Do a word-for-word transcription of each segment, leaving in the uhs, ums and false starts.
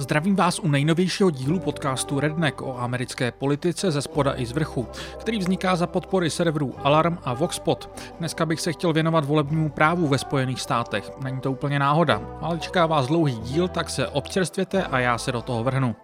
Zdravím vás u nejnovějšího dílu podcastu Redneck o americké politice ze spoda i z vrchu, který vzniká za podpory serverů Alarm a Voxpod. Dneska bych se chtěl věnovat volebnímu právu ve Spojených státech. Není to úplně náhoda, ale čeká vás dlouhý díl, tak se občerstvěte a já se do toho vrhnu.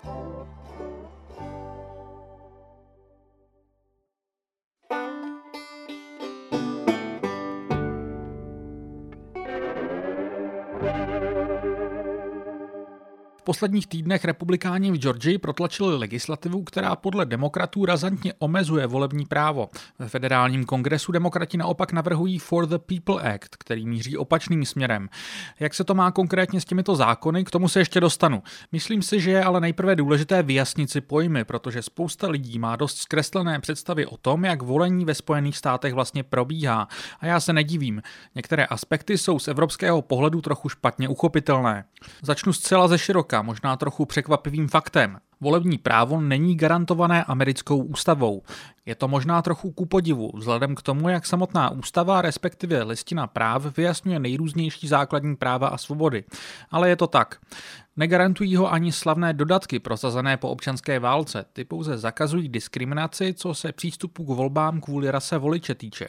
V posledních týdnech republikáni v Georgii protlačili legislativu, která podle demokratů razantně omezuje volební právo. Ve federálním kongresu demokrati naopak navrhují For the People Act, který míří opačným směrem. Jak se to má konkrétně s těmito zákony, k tomu se ještě dostanu. Myslím si, že je ale nejprve důležité vyjasnit si pojmy, protože spousta lidí má dost zkreslené představy o tom, jak volení ve Spojených státech vlastně probíhá. A já se nedivím. Některé aspekty jsou z evropského pohledu trochu špatně uchopitelné. Začnu zcela ze široka, možná trochu překvapivým faktem. Volební právo není garantované americkou ústavou. Je to možná trochu ku podivu, vzhledem k tomu, jak samotná ústava, respektive listina práv, vyjasňuje nejrůznější základní práva a svobody. Ale je to tak. Negarantují ho ani slavné dodatky prosazené po občanské válce, ty pouze zakazují diskriminaci, co se přístupu k volbám kvůli rase voliče týče.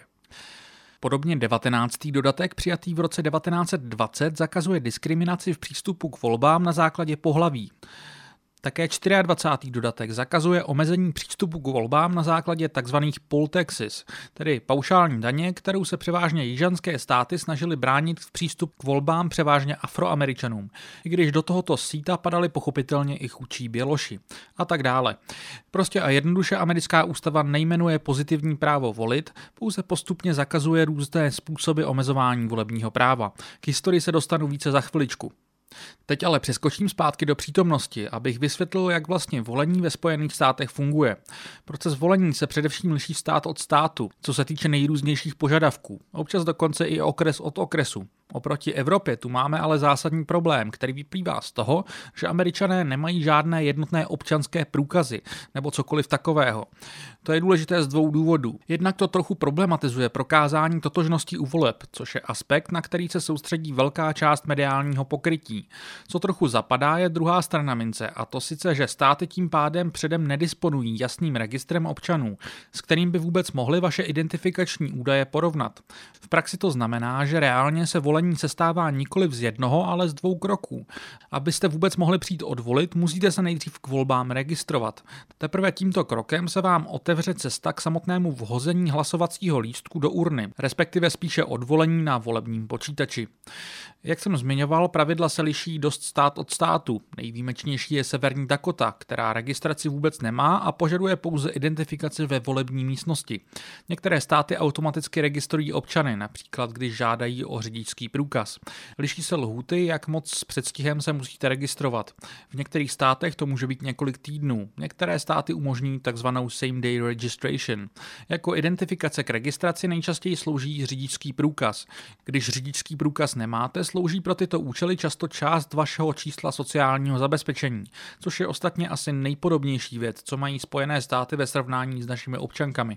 Podobně devatenáctý dodatek přijatý v roce devatenáct set dvacet zakazuje diskriminaci v přístupu k volbám na základě pohlaví. Také dvacátý čtvrtý dodatek zakazuje omezení přístupu k volbám na základě tzv. Poll taxes, tedy paušální daně, kterou se převážně jižanské státy snažily bránit v přístup k volbám převážně Afroameričanům, i když do tohoto síta padali pochopitelně i chudší běloši a tak dále. Prostě a jednoduše americká ústava nejmenuje pozitivní právo volit, pouze postupně zakazuje různé způsoby omezování volebního práva. K historii se dostanu více za chviličku. Teď ale přeskočím zpátky do přítomnosti, abych vysvětlil, jak vlastně volení ve Spojených státech funguje. Proces volení se především liší stát od státu, co se týče nejrůznějších požadavků, občas dokonce i okres od okresu. Oproti Evropě tu máme ale zásadní problém, který vyplývá z toho, že Američané nemají žádné jednotné občanské průkazy nebo cokoliv takového. To je důležité z dvou důvodů. Jednak to trochu problematizuje prokázání totožnosti u voleb, což je aspekt, na který se soustředí velká část mediálního pokrytí. Co trochu zapadá, je druhá strana mince, a to sice, že státy tím pádem předem nedisponují jasným registrem občanů, s kterým by vůbec mohly vaše identifikační údaje porovnat. V praxi to znamená, že reálně se volení sestává nikoliv z jednoho, ale z dvou kroků. Abyste vůbec mohli přijít odvolit, musíte se nejdřív k volbám registrovat. Teprve tímto krokem se vám otevře cesta k samotnému vhození hlasovacího lístku do urny, respektive spíše odvolení na volebním počítači. Jak jsem zmiňoval, pravidla se liší dost stát od státu. Nejvýjimečnější je Severní Dakota, která registraci vůbec nemá a požaduje pouze identifikaci ve volební místnosti. Některé státy automaticky registrují občany, například když žádají o řidičský průkaz. Liší se lhůty, jak moc s předstihem se musíte registrovat. V některých státech to může být několik týdnů. Některé státy umožní takzvanou same day registration. Jako identifikace k registraci nejčastěji slouží řidičský průkaz. Když řidičský průkaz nemáte, slouží pro tyto účely často část vašeho čísla sociálního zabezpečení, což je ostatně asi nejpodobnější věc, co mají Spojené státy ve srovnání s našimi občankami.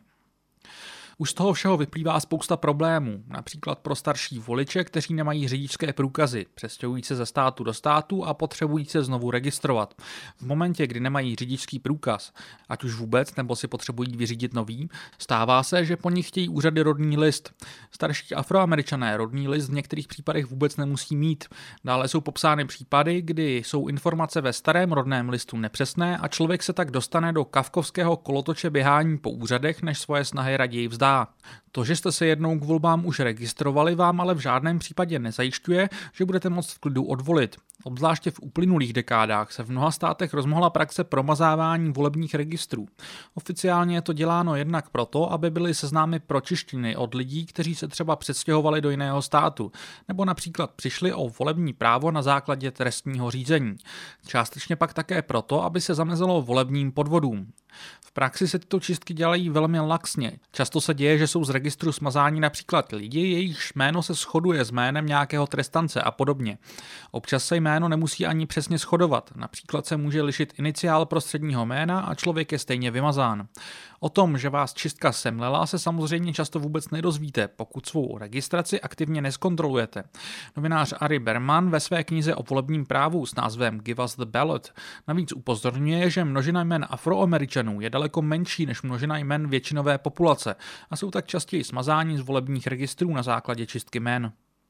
Už z toho všeho vyplývá spousta problémů, například pro starší voliče, kteří nemají řidičské průkazy, přestěhují se ze státu do státu a potřebují se znovu registrovat. V momentě, kdy nemají řidičský průkaz, ať už vůbec, nebo si potřebují vyřídit nový, stává se, že po nich chtějí úřady rodný list. Starší Afroameričané rodný list v některých případech vůbec nemusí mít. Dále jsou popsány případy, kdy jsou informace ve starém rodném listu nepřesné a člověk se tak dostane do kafkovského kolotoče běhání po úřadech, než svoje snahy raději vzdá. To, že jste se jednou k volbám už registrovali, vám ale v žádném případě nezajišťuje, že budete moct v klidu odvolit. Obzvláště v uplynulých dekádách se v mnoha státech rozmohla praxe promazávání volebních registrů. Oficiálně je to děláno jednak proto, aby byly seznámy pročištěny od lidí, kteří se třeba přestěhovali do jiného státu, nebo například přišli o volební právo na základě trestního řízení. Částečně pak také proto, aby se zamezilo volebním podvodům. V praxi se tyto čistky dělají velmi laxně. Často se se děje, že jsou z registru smazáni například lidi, jejichž jméno se shoduje s jménem nějakého trestance a podobně. Občas se jméno nemusí ani přesně shodovat, například se může lišit iniciál prostředního jména a člověk je stejně vymazán. O tom, že vás čistka semlela, se samozřejmě často vůbec nedozvíte, pokud svou registraci aktivně neskontrolujete. Novinář Ari Berman ve své knize o volebním právu s názvem Give Us the Ballot navíc upozorňuje, že množina jmen Afroameričanů je daleko menší než množina jmen většinové populace a jsou tak častěji smazáni z volebních registrů na základě čistky jmen.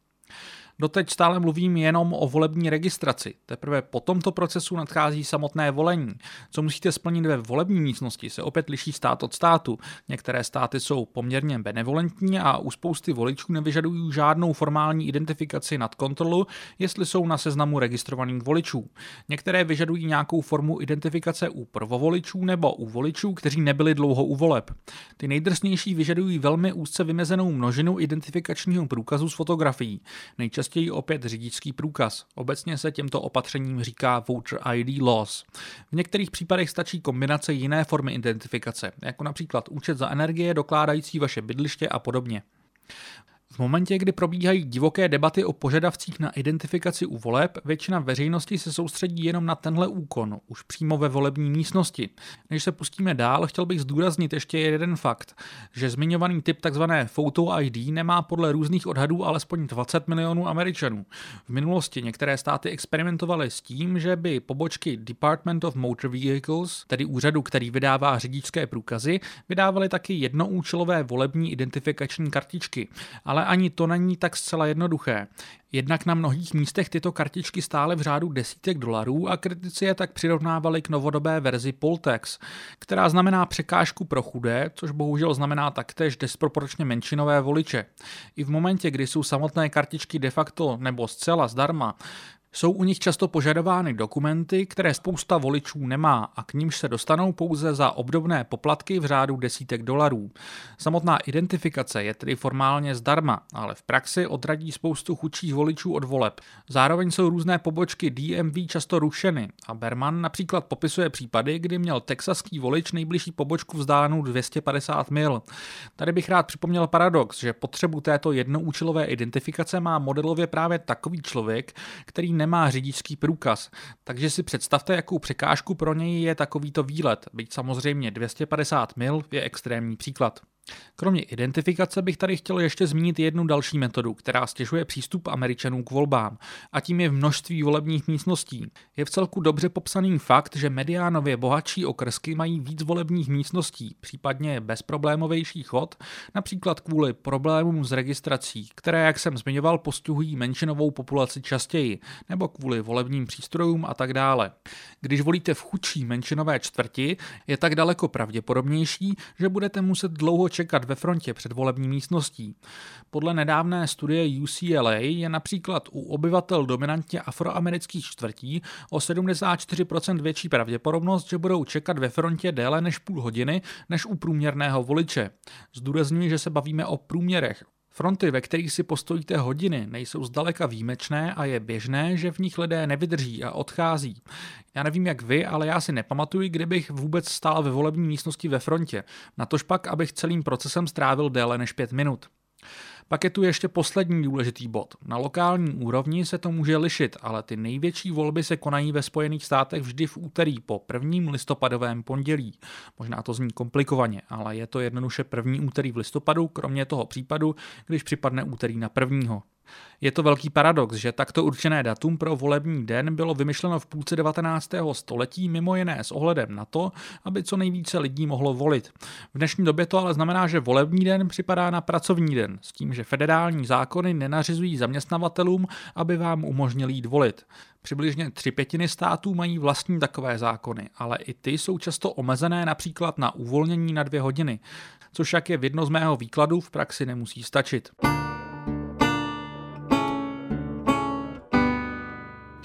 Doteď stále mluvím jenom o volební registraci. Teprve po tomto procesu nadchází samotné volení. Co musíte splnit ve volební místnosti, se opět liší stát od státu. Některé státy jsou poměrně benevolentní a u spousty voličů nevyžadují žádnou formální identifikaci nad kontrolu, jestli jsou na seznamu registrovaných voličů. Některé vyžadují nějakou formu identifikace u prvovoličů nebo u voličů, kteří nebyli dlouho u voleb. Ty nejdrsnější vyžadují velmi úzce vymezenou množinu identifikačního průkazu s fotografií. Nejčastěji opět řidičský průkaz. Obecně se těmto opatřením říká Voter I D laws. V některých případech stačí kombinace jiné formy identifikace, jako například účet za energie dokládající vaše bydliště a podobně. V momentě, kdy probíhají divoké debaty o požadavcích na identifikaci u voleb, většina veřejnosti se soustředí jenom na tenhle úkon, už přímo ve volební místnosti. Než se pustíme dál, chtěl bych zdůraznit ještě jeden fakt, že zmiňovaný typ tzv. Photo I D nemá podle různých odhadů alespoň dvacet milionů Američanů. V minulosti některé státy experimentovaly s tím, že by pobočky Department of Motor Vehicles, tedy úřadu, který vydává řidičské průkazy, vydávaly taky jednoúčelové volební identifikační kartičky, ale ani to není tak zcela jednoduché. Jednak na mnohých místech tyto kartičky stály v řádu desítek dolarů a kritici je tak přirovnávali k novodobé verzi poll tax, která znamená překážku pro chudé, což bohužel znamená taktéž disproporčně menšinové voliče. I v momentě, kdy jsou samotné kartičky de facto nebo zcela zdarma, jsou u nich často požadovány dokumenty, které spousta voličů nemá a k nímž se dostanou pouze za obdobné poplatky v řádu desítek dolarů. Samotná identifikace je tedy formálně zdarma, ale v praxi odradí spoustu chudších voličů od voleb. Zároveň jsou různé pobočky D M V často rušeny a Berman například popisuje případy, kdy měl texaský volič nejbližší pobočku vzdálenou dvě stě padesát mil. Tady bych rád připomněl paradox, že potřebu této jednoúčelové identifikace má modelově právě takový člověk, který nemá řidičský průkaz, takže si představte, jakou překážku pro něj je takovýto výlet, byť samozřejmě dvě stě padesát mil je extrémní příklad. Kromě identifikace bych tady chtěl ještě zmínit jednu další metodu, která stěžuje přístup Američanů k volbám, a tím je množství volebních místností. Je vcelku dobře popsaný fakt, že mediánově bohatší okrsky mají víc volebních místností, případně bezproblémovější chod, například kvůli problémům s registrací, které, jak jsem zmiňoval, postihují menšinovou populaci častěji, nebo kvůli volebním přístrojům a tak dále. Když volíte v chudší menšinové čtvrti, je tak daleko pravděpodobnější, že budete muset dlouho čekat ve frontě před volební místností. Podle nedávné studie U C L A je například u obyvatel dominantně afroamerických čtvrtí o sedmdesát čtyři procent větší pravděpodobnost, že budou čekat ve frontě déle než půl hodiny, než u průměrného voliče. Zdůrazňuji, že se bavíme o průměrech. Fronty, ve kterých si postojíte hodiny, nejsou zdaleka výjimečné a je běžné, že v nich lidé nevydrží a odchází. Já nevím jak vy, ale já si nepamatuji, kdybych vůbec stál ve volební místnosti ve frontě, natož pak, abych celým procesem strávil déle než pět minut. Pak je tu ještě poslední důležitý bod. Na lokální úrovni se to může lišit, ale ty největší volby se konají ve Spojených státech vždy v úterý po prvním listopadovém pondělí. Možná to zní komplikovaně, ale je to jednoduše první úterý v listopadu, kromě toho případu, když připadne úterý na prvního. Je to velký paradox, že takto určené datum pro volební den bylo vymyšleno v půlce devatenáctého století mimo jiné s ohledem na to, aby co nejvíce lidí mohlo volit. V dnešní době to ale znamená, že volební den připadá na pracovní den, s tím, že federální zákony nenařizují zaměstnavatelům, aby vám umožnili jít volit. Přibližně tři pětiny států mají vlastní takové zákony, ale i ty jsou často omezené například na uvolnění na dvě hodiny, což jak je vidno z mého výkladu v praxi nemusí stačit.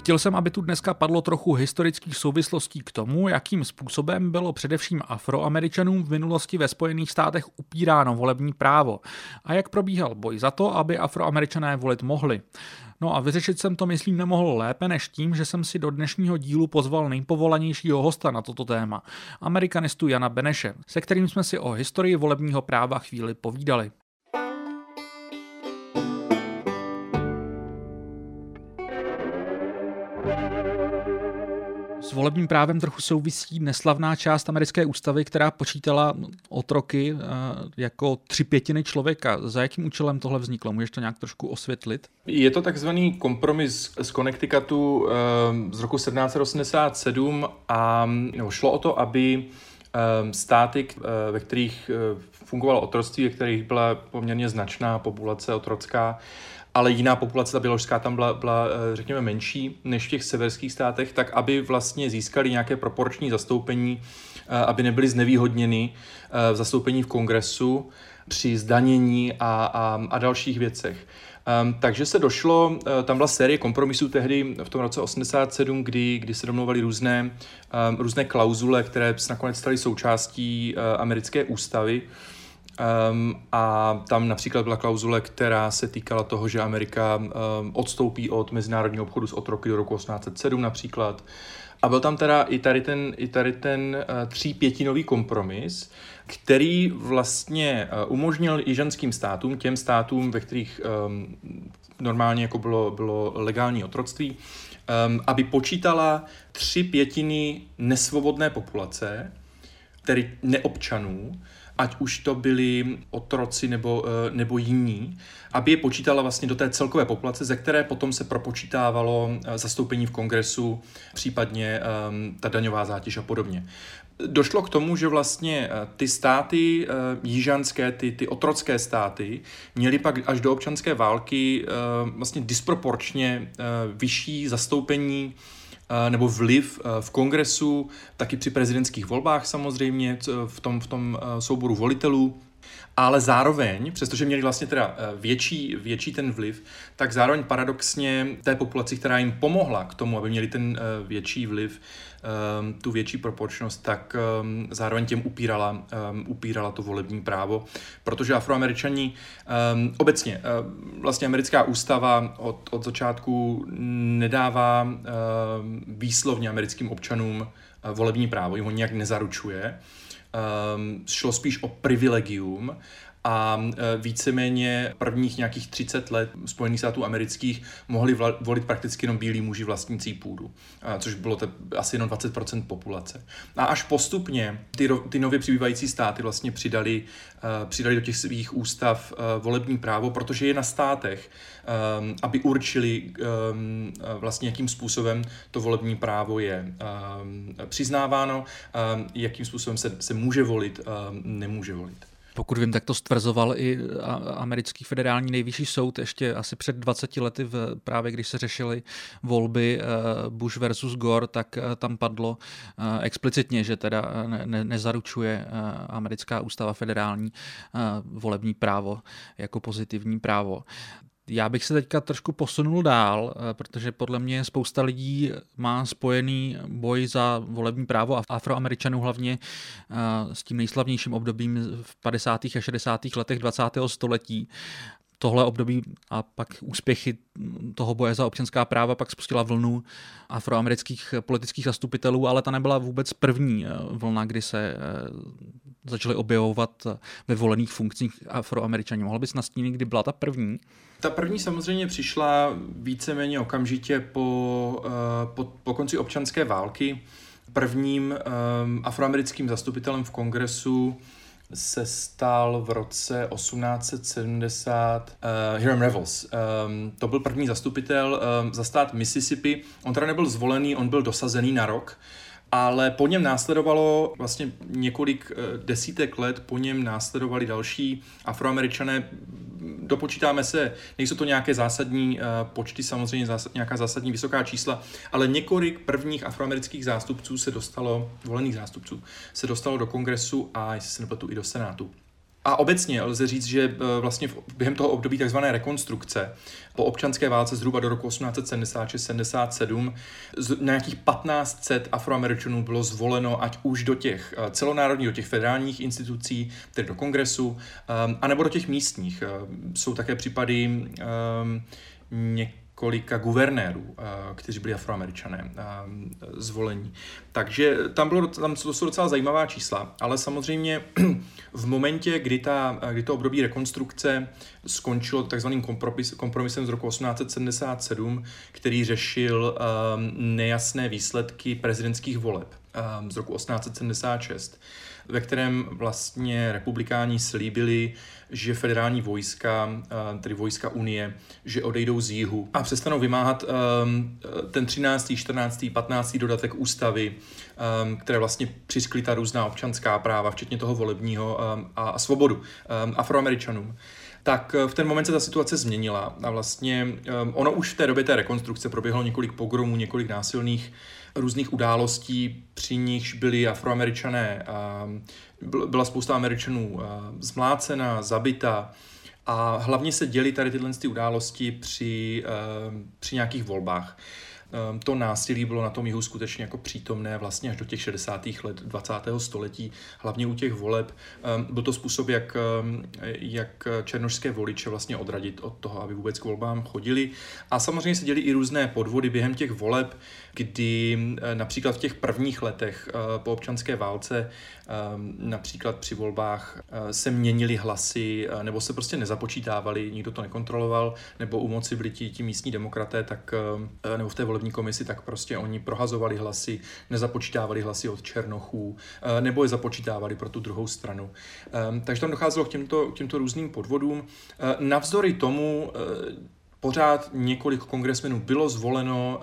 Chtěl jsem, aby tu dneska padlo trochu historických souvislostí k tomu, jakým způsobem bylo především Afroameričanům v minulosti ve Spojených státech upíráno volební právo a jak probíhal boj za to, aby Afroameričané volit mohli. No a vyřešit jsem to, myslím, nemohl lépe než tím, že jsem si do dnešního dílu pozval nejpovolanějšího hosta na toto téma, amerikanistu Jana Beneše, se kterým jsme si o historii volebního práva chvíli povídali. S volebním právem trochu souvisí neslavná část americké ústavy, která počítala otroky jako tři pětiny člověka. Za jakým účelem tohle vzniklo? Můžeš to nějak trošku osvětlit? Je to takzvaný kompromis z Connecticutu z roku sedmnáct set osmdesát sedm a no, šlo o to, aby státy, ve kterých fungovalo otroctví, ve kterých byla poměrně značná populace otrocká, ale jiná populace, ta běložská, tam byla, byla, řekněme, menší než v těch severských státech, tak aby vlastně získali nějaké proporční zastoupení, aby nebyly znevýhodněny v zastoupení v kongresu při zdanění a, a, a dalších věcech. Um, takže se došlo, uh, tam byla série kompromisů tehdy v tom roce osmdesát sedm, kdy, kdy se domlouvaly různé, um, různé klauzule, které se nakonec staly součástí uh, americké ústavy. Um, a tam například byla klauzule, která se týkala toho, že Amerika um, odstoupí od mezinárodního obchodu s otroky do roku osmnáct set sedm například. A byl tam teda i tady ten, i tady ten uh, třípětinový kompromis, který vlastně uh, umožnil jižanským státům, těm státům, ve kterých um, normálně jako bylo, bylo legální otroctví, um, aby počítala tři pětiny nesvobodné populace, tedy neobčanů, ať už to byli otroci nebo, nebo jiní, aby je počítala vlastně do té celkové populace, ze které potom se propočítávalo zastoupení v kongresu, případně um, ta daňová zátěž a podobně. Došlo k tomu, že vlastně ty státy uh, jižanské, ty, ty otrocké státy, měly pak až do občanské války uh, vlastně disproporčně uh, vyšší zastoupení nebo vliv v kongresu, taky při prezidentských volbách samozřejmě, v tom, v tom souboru volitelů, ale zároveň, přestože měli vlastně teda větší, větší ten vliv, tak zároveň paradoxně té populaci, která jim pomohla k tomu, aby měli ten větší vliv, tu větší proporčnost, tak zároveň těm upírala, upírala to volební právo, protože Afroameričani obecně, vlastně americká ústava od, od začátku nedává výslovně americkým občanům volební právo, jim ho nějak nezaručuje. Šlo spíš o privilegium a víceméně prvních nějakých třicet let Spojených států amerických mohli volit prakticky jenom bílí muži vlastnící půdu, což bylo te, asi jenom dvacet procent populace. A až postupně ty, ty nově přibývající státy vlastně přidali, přidali do těch svých ústav volební právo, protože je na státech, aby určili vlastně, jakým způsobem to volební právo je přiznáváno, jakým způsobem se, se může volit, nemůže volit. Pokud vím, tak to stvrzoval i americký federální nejvyšší soud ještě asi před dvaceti lety, v, právě když se řešily volby Bush versus Gore, tak tam padlo explicitně, že teda ne, nezaručuje americká ústava federální volební právo jako pozitivní právo. Já bych se teďka trošku posunul dál, protože podle mě spousta lidí má spojený boj za volební právo a Afroameričanů hlavně s tím nejslavnějším obdobím v padesátých a šedesátých letech dvacátého století. Tohle období a pak úspěchy toho boje za občanská práva pak spustila vlnu afroamerických politických zastupitelů, ale ta nebyla vůbec první vlna, kdy se začaly objevovat ve volených funkcích Afroameričani. Mohl bys nastínit, kdy byla ta první? Ta první samozřejmě přišla víceméně okamžitě po, po, po konci občanské války. Prvním um, afroamerickým zastupitelem v kongresu se stal v roce osmnáct set sedmdesát uh, Hiram Revels. Um, to byl první zastupitel um, za stát Mississippi. On teda nebyl zvolený, on byl dosazený na rok, ale po něm následovalo vlastně několik desítek let, po něm následovali další Afroameričané. Dopočítáme se, nejsou to nějaké zásadní počty, samozřejmě zásad, nějaká zásadní vysoká čísla, ale několik prvních afroamerických zástupců se dostalo, volených zástupců, se dostalo do kongresu a jestli se nepletu i do senátu. A obecně lze říct, že vlastně během toho období takzvané rekonstrukce po občanské válce zhruba do roku osmnáct set sedmdesát šest sedmdesát sedm na nějakých patnáct set Afroameričanů bylo zvoleno ať už do těch celonárodních, do těch federálních institucí, tedy do kongresu, anebo do těch místních. Jsou také případy několika guvernérů, kteří byli Afroameričané zvolení. Takže tam, bylo, tam to jsou docela zajímavá čísla, ale samozřejmě v momentě, kdy, ta, kdy to období rekonstrukce skončilo takzvaným kompromis, kompromisem z roku osmnáct set sedmdesát sedm, který řešil um, nejasné výsledky prezidentských voleb um, z roku osmnáct set sedmdesát šest, ve kterém vlastně republikáni slíbili, že federální vojska, tedy vojska Unie, že odejdou z jihu a přestanou vymáhat um, ten třináctý, čtrnáctý, patnáctý dodatek ústavy, um, které vlastně přiškly ta různá občanská práva, včetně toho volebního um, a, a svobodu um, Afroameričanům. Tak v ten moment se ta situace změnila a vlastně um, ono už v té době té rekonstrukce proběhlo několik pogromů, několik násilných různých událostí, při nichž byli Afroameričané, byla spousta Američanů zmlácena, zabita a hlavně se děly tady tyhle ty události při, při nějakých volbách. To násilí bylo na tom jihu skutečně jako přítomné vlastně až do těch šedesátých let dvacátého století, hlavně u těch voleb. Byl to způsob, jak, jak černošské voliče vlastně odradit od toho, aby vůbec k volbám chodili. A samozřejmě se děly i různé podvody během těch voleb, kdy například v těch prvních letech po občanské válce, například při volbách se měnily hlasy nebo se prostě nezapočítávali, nikdo to nekontroloval, nebo u moci byli ti, ti místní demokraté, tak, nebo v té volební komisi, tak prostě oni prohazovali hlasy, nezapočítávali hlasy od černochů, nebo je započítávali pro tu druhou stranu. Takže tam docházelo k těmto, k těmto různým podvodům. Navzdory tomu pořád několik kongresmenů bylo zvoleno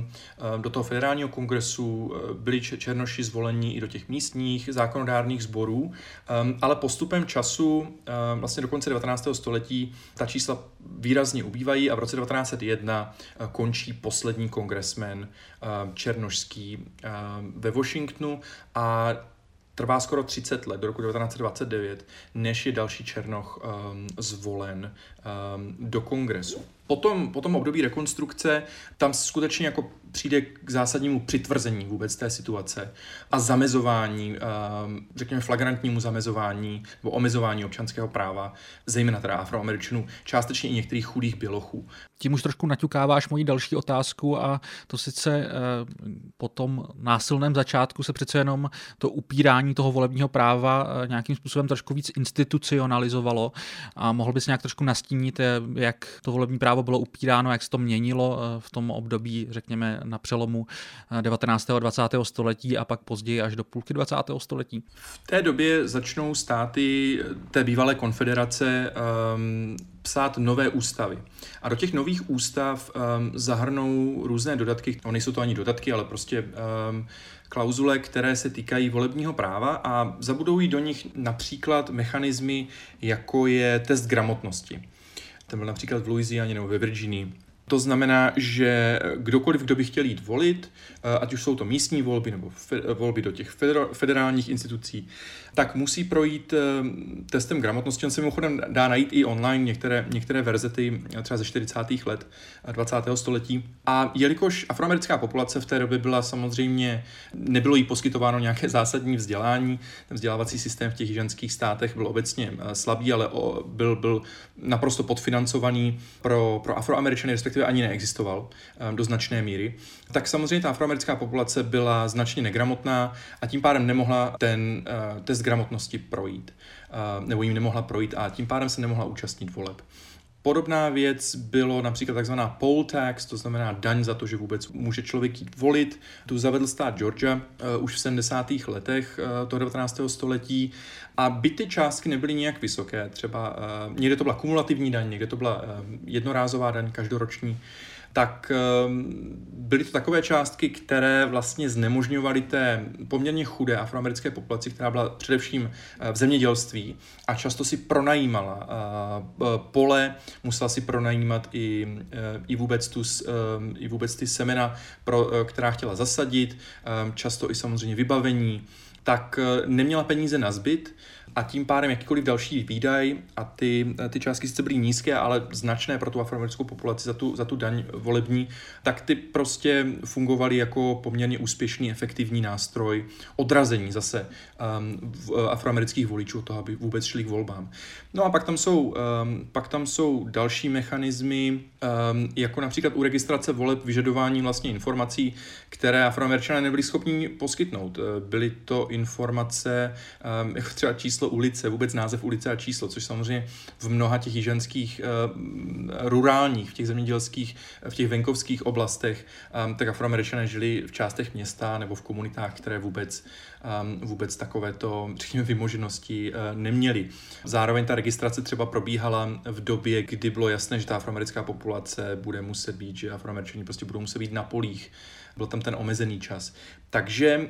do toho federálního kongresu, byli černoši zvoleni i do těch místních zákonodárných sborů, ale postupem času, vlastně do konce devatenáctého století, ta čísla výrazně ubývají a v roce devatenáct set jedna končí poslední kongresmen černošský ve Washingtonu a trvá skoro třicet let, do roku devatenáct set dvacet devět, než je další černoch um, zvolen um, do kongresu. Potom, po tom období rekonstrukce tam skutečně jako přijde k zásadnímu přitvrzení vůbec té situace a zamezování, um, řekněme flagrantnímu zamezování nebo omezování občanského práva, zejména teda Afroameričanů, částečně i některých chudých bělochů. Tím už trošku naťukáváš moji další otázku a to sice eh, po tom násilném začátku se přece jenom to upírání toho volebního práva eh, nějakým způsobem trošku víc institucionalizovalo a mohl bys nějak trošku nastínit, eh, jak to volební právo bylo upíráno, jak se to měnilo eh, v tom období, řekněme, na přelomu devatenáctého a dvacátého století a pak později až do půlky dvacátého století. V té době začnou státy té bývalé konfederace um, psát nové ústavy. A do těch nových ústav um, zahrnou různé dodatky, no nejsou to ani dodatky, ale prostě um, klauzule, které se týkají volebního práva a zabudují do nich například mechanismy, jako je test gramotnosti. Ten byl například v Louisianě nebo ve Virginii. To znamená, že kdokoliv, kdo by chtěl jít volit, ať už jsou to místní volby nebo volby do těch federálních institucí, tak musí projít testem gramotnosti. On se mimochodem dá najít i online některé, některé verzety třeba ze čtyřicátých let dvacátého století. A jelikož afroamerická populace v té době byla samozřejmě, nebylo jí poskytováno nějaké zásadní vzdělání, ten vzdělávací systém v těch jižanských státech byl obecně slabý, ale byl, byl naprosto podfinancovaný pro, pro Afroameričany, respektive ani neexistoval do značné míry, tak samozřejmě ta afroamerická populace byla značně negramotná a tím pádem nemohla ten uh, test gramotnosti projít, uh, nebo jim nemohla projít a tím pádem se nemohla účastnit voleb. Podobná věc bylo například takzvaná poll tax, to znamená daň za to, že vůbec může člověk jít volit. Tu zavedl stát Georgia uh, už v sedmdesátých letech uh, toho devatenáctého století a byť ty částky nebyly nijak vysoké, třeba uh, někde to byla kumulativní daň, někde to byla uh, jednorázová daň každoroční, tak byly to takové částky, které vlastně znemožňovaly té poměrně chudé afroamerické populaci, která byla především v zemědělství a často si pronajímala pole, musela si pronajímat i, i, vůbec, tu, i vůbec ty semena, pro, která chtěla zasadit, často i samozřejmě vybavení, tak neměla peníze na zbyt a tím pádem jakýkoliv další výdaj a ty, ty částky sice byly nízké, ale značné pro tu afroamerickou populaci za tu, za tu daň volební, tak ty prostě fungovaly jako poměrně úspěšný, efektivní nástroj odrazení zase um, afroamerických voličů od toho, aby vůbec šli k volbám. No a pak tam jsou, um, pak tam jsou další mechanismy, um, jako například u registrace voleb vyžadování vlastně informací, které Afroameričané nebyli schopni poskytnout. Byly to informace, um, jako třeba číslo ulice, vůbec název ulice a číslo, což samozřejmě v mnoha těch jižanských, uh, rurálních, v těch zemědělských, v těch venkovských oblastech, um, tak Afroameričané žili v částech města nebo v komunitách, které vůbec, um, vůbec takovéto, řekněme, vymoženosti uh, neměly. Zároveň ta registrace třeba probíhala v době, kdy bylo jasné, že ta afroamerická populace bude muset být, že Afroameričani prostě budou muset být na polích. Byl tam ten omezený čas. Takže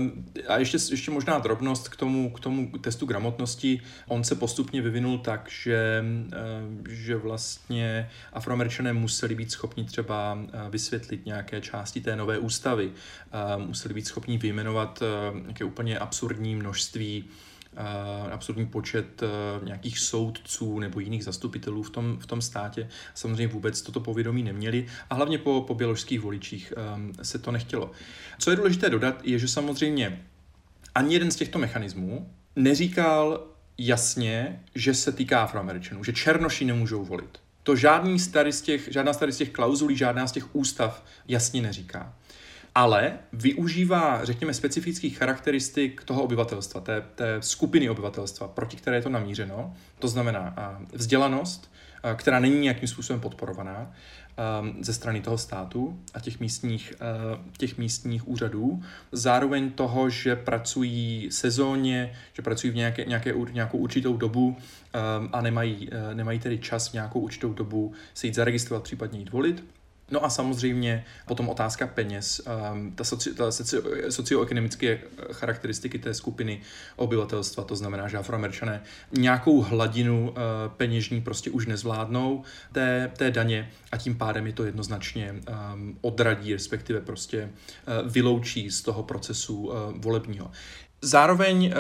a ještě, ještě možná drobnost k tomu, k tomu testu gramotnosti. On se postupně vyvinul tak, že, že vlastně Afroameričané museli být schopni třeba vysvětlit nějaké části té nové ústavy. Museli být schopni vyjmenovat nějaké úplně absurdní množství Uh, absurdní počet uh, nějakých soudců nebo jiných zastupitelů v tom, v tom státě. Samozřejmě vůbec toto povědomí neměli a hlavně po, po běložských voličích um, se to nechtělo. Co je důležité dodat, je, že samozřejmě ani jeden z těchto mechanismů neříkal jasně, že se týká Afroameričanů, že černoši nemůžou volit. To žádný starý z těch, žádná z těch klauzulí, žádná z těch ústav jasně neříká. Ale využívá, řekněme, specifických charakteristik toho obyvatelstva, té, té skupiny obyvatelstva, proti které je to namířeno. To znamená vzdělanost, která není nějakým způsobem podporovaná ze strany toho státu a těch místních, těch místních úřadů. Zároveň toho, že pracují sezónně, že pracují v nějaké, nějaké, nějakou určitou dobu a nemají, nemají tedy čas v nějakou určitou dobu se jít zaregistrovat, případně jít volit. No a samozřejmě potom otázka peněz, ta, soci, ta soci, socioekonomické charakteristiky té skupiny obyvatelstva, to znamená, že Afroameričané nějakou hladinu peněžní prostě už nezvládnou té, té daně a tím pádem je to jednoznačně odradí, respektive prostě vyloučí z toho procesu volebního. Zároveň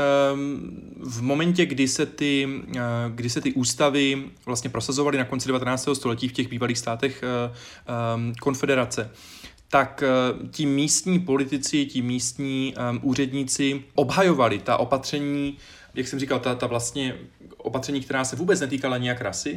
v momentě, kdy se ty, kdy se ty ústavy vlastně prosazovaly na konci devatenáctého století v těch bývalých státech konfederace, tak ti místní politici, ti místní úředníci obhajovali ta opatření, jak jsem říkal, ta, ta vlastně opatření, která se vůbec netýkala nějak rasy,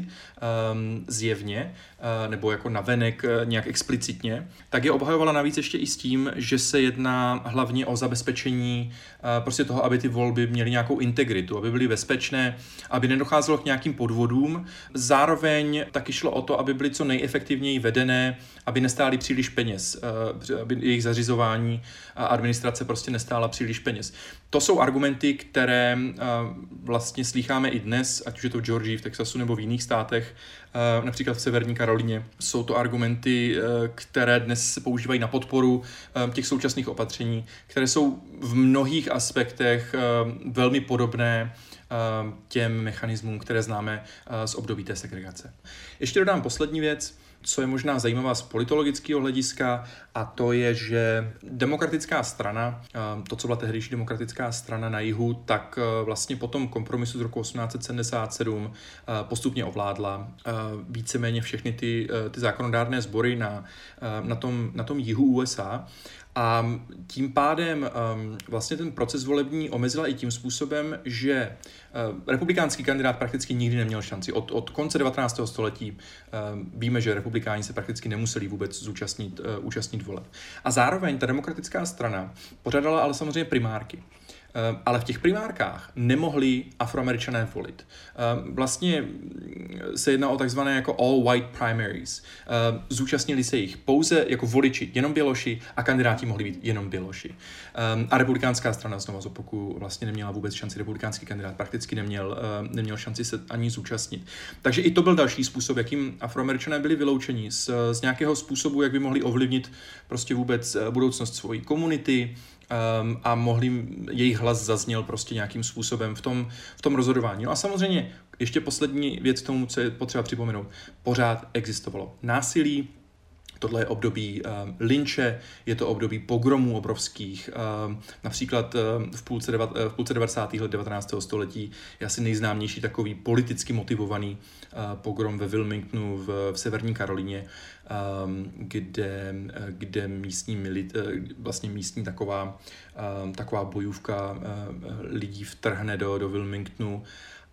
um, zjevně, uh, nebo jako navenek uh, nějak explicitně, tak je obhajovala navíc ještě i s tím, že se jedná hlavně o zabezpečení uh, prostě toho, aby ty volby měly nějakou integritu, aby byly bezpečné, aby nedocházelo k nějakým podvodům. Zároveň taky šlo o to, aby byly co nejefektivněji vedené, aby nestály příliš peněz, uh, aby jejich zařizování a administrace prostě nestála příliš peněz. To jsou argumenty, které uh, vlastně slýcháme i dnes, ať už je to v Georgii, v Texasu nebo v jiných státech, uh, například v Severní Karolíně. Jsou to argumenty, uh, které dnes se používají na podporu uh, těch současných opatření, které jsou v mnohých aspektech uh, velmi podobné uh, těm mechanismům, které známe uh, z období té segregace. Ještě dodám poslední věc, co je možná zajímavá z politologického hlediska, a to je, že demokratická strana, to, co byla tehdejší demokratická strana na jihu, tak vlastně po tom kompromisu z roku osmnáct set sedmdesát sedm postupně ovládla víceméně všechny ty, ty zákonodárné sbory na, na, tom, na tom jihu U S A. A tím pádem um, vlastně ten proces volební omezila i tím způsobem, že uh, republikánský kandidát prakticky nikdy neměl šanci. Od, od konce devatenáctého století uh, víme, že republikáni se prakticky nemuseli vůbec zúčastnit, uh, účastnit voleb. A zároveň ta demokratická strana pořádala ale samozřejmě primárky. Ale v těch primárkách nemohli Afroameričané volit. Vlastně se jedná o takzvané jako all white primaries. Zúčastnili se jich pouze jako voliči, jenom běloši, a kandidáti mohli být jenom běloši. A republikánská strana, znovu zopakuju, vlastně neměla vůbec šanci. Republikánský kandidát prakticky neměl, neměl šanci se ani zúčastnit. Takže i to byl další způsob, jakým Afroameričané byli vyloučeni z, z nějakého způsobu, jak by mohli ovlivnit prostě vůbec budoucnost svojí komunity, Um, a mohli, jejich hlas zazněl prostě nějakým způsobem v tom, v tom rozhodování. No a samozřejmě ještě poslední věc k tomu, co je potřeba připomenout. Pořád existovalo násilí, Tohle je období uh, lynče, je to období pogromů obrovských. Uh, například uh, v půlce, deva, uh, v půlce devadesátých let devatenáctého století je asi nejznámější takový politicky motivovaný uh, pogrom ve Wilmingtonu v, v severní Karolíně, um, kde, uh, kde místní, milit, uh, vlastně místní taková, uh, taková bojůvka uh, lidí vtrhne do, do Wilmingtonu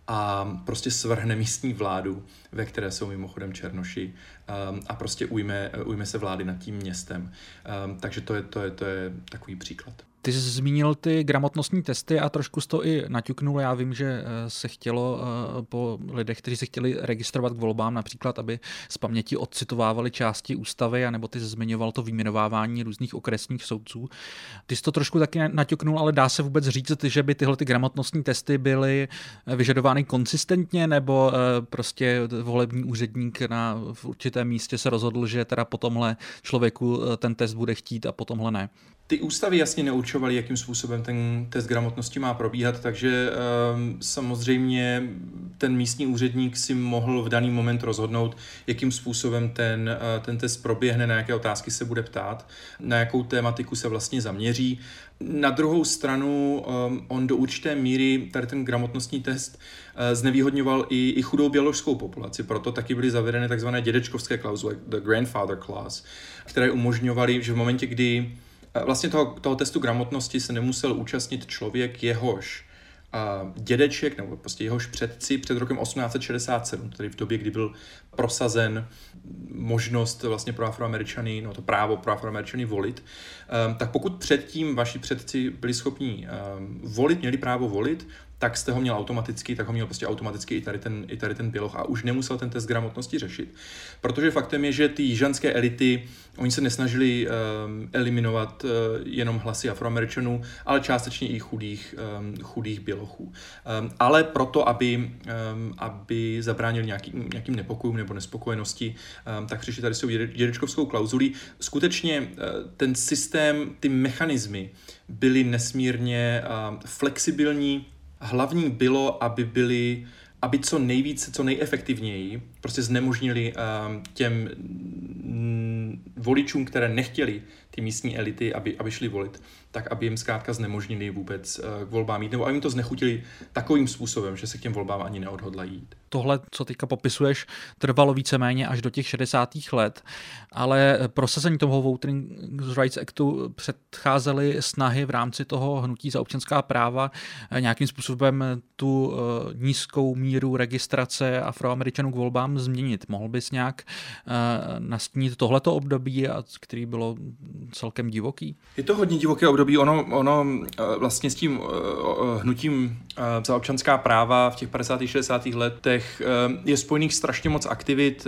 a prostě svrhne místní vládu, ve které jsou mimochodem černoši, um, a prostě ujme, ujme se vlády nad tím městem. Um, takže to je, to, je, to je takový příklad. Ty jsi zmínil ty gramotnostní testy a trošku jsi to i naťuknul. Já vím, že se chtělo po lidech, kteří se chtěli registrovat k volbám, například, aby z paměti odcitovávali části ústavy, anebo ty jsi zmiňoval to vyjmenovávání různých okresních soudců. Ty jsi to trošku taky naťuknul, ale dá se vůbec říct, že by tyhle ty gramotnostní testy byly vyžadovány konsistentně, nebo prostě volební úředník na v určitém místě se rozhodl, že teda po tomhle člověku ten test bude chtít a po tomhle ne? Ty ústavy jasně neurčovaly, jakým způsobem ten test gramotnosti má probíhat, takže um, samozřejmě ten místní úředník si mohl v daný moment rozhodnout, jakým způsobem ten, uh, ten test proběhne, na jaké otázky se bude ptát, na jakou tématiku se vlastně zaměří. Na druhou stranu um, on do určité míry tady ten gramotnostní test uh, znevýhodňoval i, i chudou běložskou populaci, proto taky byly zavedeny takzvané dědečkovské klauzule, the grandfather clause, které umožňovaly, že v momentě, kdy vlastně toho, toho testu gramotnosti se nemusel účastnit člověk, jehož a dědeček, nebo prostě jehož předci před rokem osmnáct set šedesát sedm, tedy v době, kdy byl prosazen možnost vlastně pro Afroameričany, no to právo pro Afroameričany volit, um, tak pokud předtím vaši předci byli schopni um, volit, měli právo volit, tak jste ho měl automaticky, tak ho měl prostě automaticky i tady ten, i tady ten běloch a už nemusel ten test gramotnosti řešit. Protože faktem je, že ty jižanské elity, oni se nesnažili um, eliminovat uh, jenom hlasy Afroameričanů, ale částečně i chudých, um, chudých bělochů. Um, ale proto, aby, um, aby zabránili nějaký, nějakým nepokojům nebo nespokojenosti, um, tak přišli tady s tou dědečkovskou klauzulí. Skutečně uh, ten systém, ty mechanismy byly nesmírně uh, flexibilní. Hlavní bylo, aby byli, aby co nejvíce, co nejefektivněji prostě znemožnili um, těm mm, voličům, které nechtěli ty místní elity, aby, aby šli volit, tak aby jim zkrátka znemožnili vůbec uh, k volbám jít, nebo aby jim to znechutili takovým způsobem, že se k těm volbám ani neodhodlají jít. Tohle, co teďka popisuješ, trvalo víceméně až do těch šedesátých let, ale prosazení toho Voting Rights Actu předcházely snahy v rámci toho hnutí za občanská práva nějakým způsobem tu uh, nízkou míru registrace Afroameričanů k volbám změnit. Mohl bys nějak uh, nastínit tohleto období, který bylo celkem divoký? Je to hodně divoké období. Ono, ono vlastně s tím hnutím za občanská práva v těch padesátých šedesátých letech je spojených strašně moc aktivit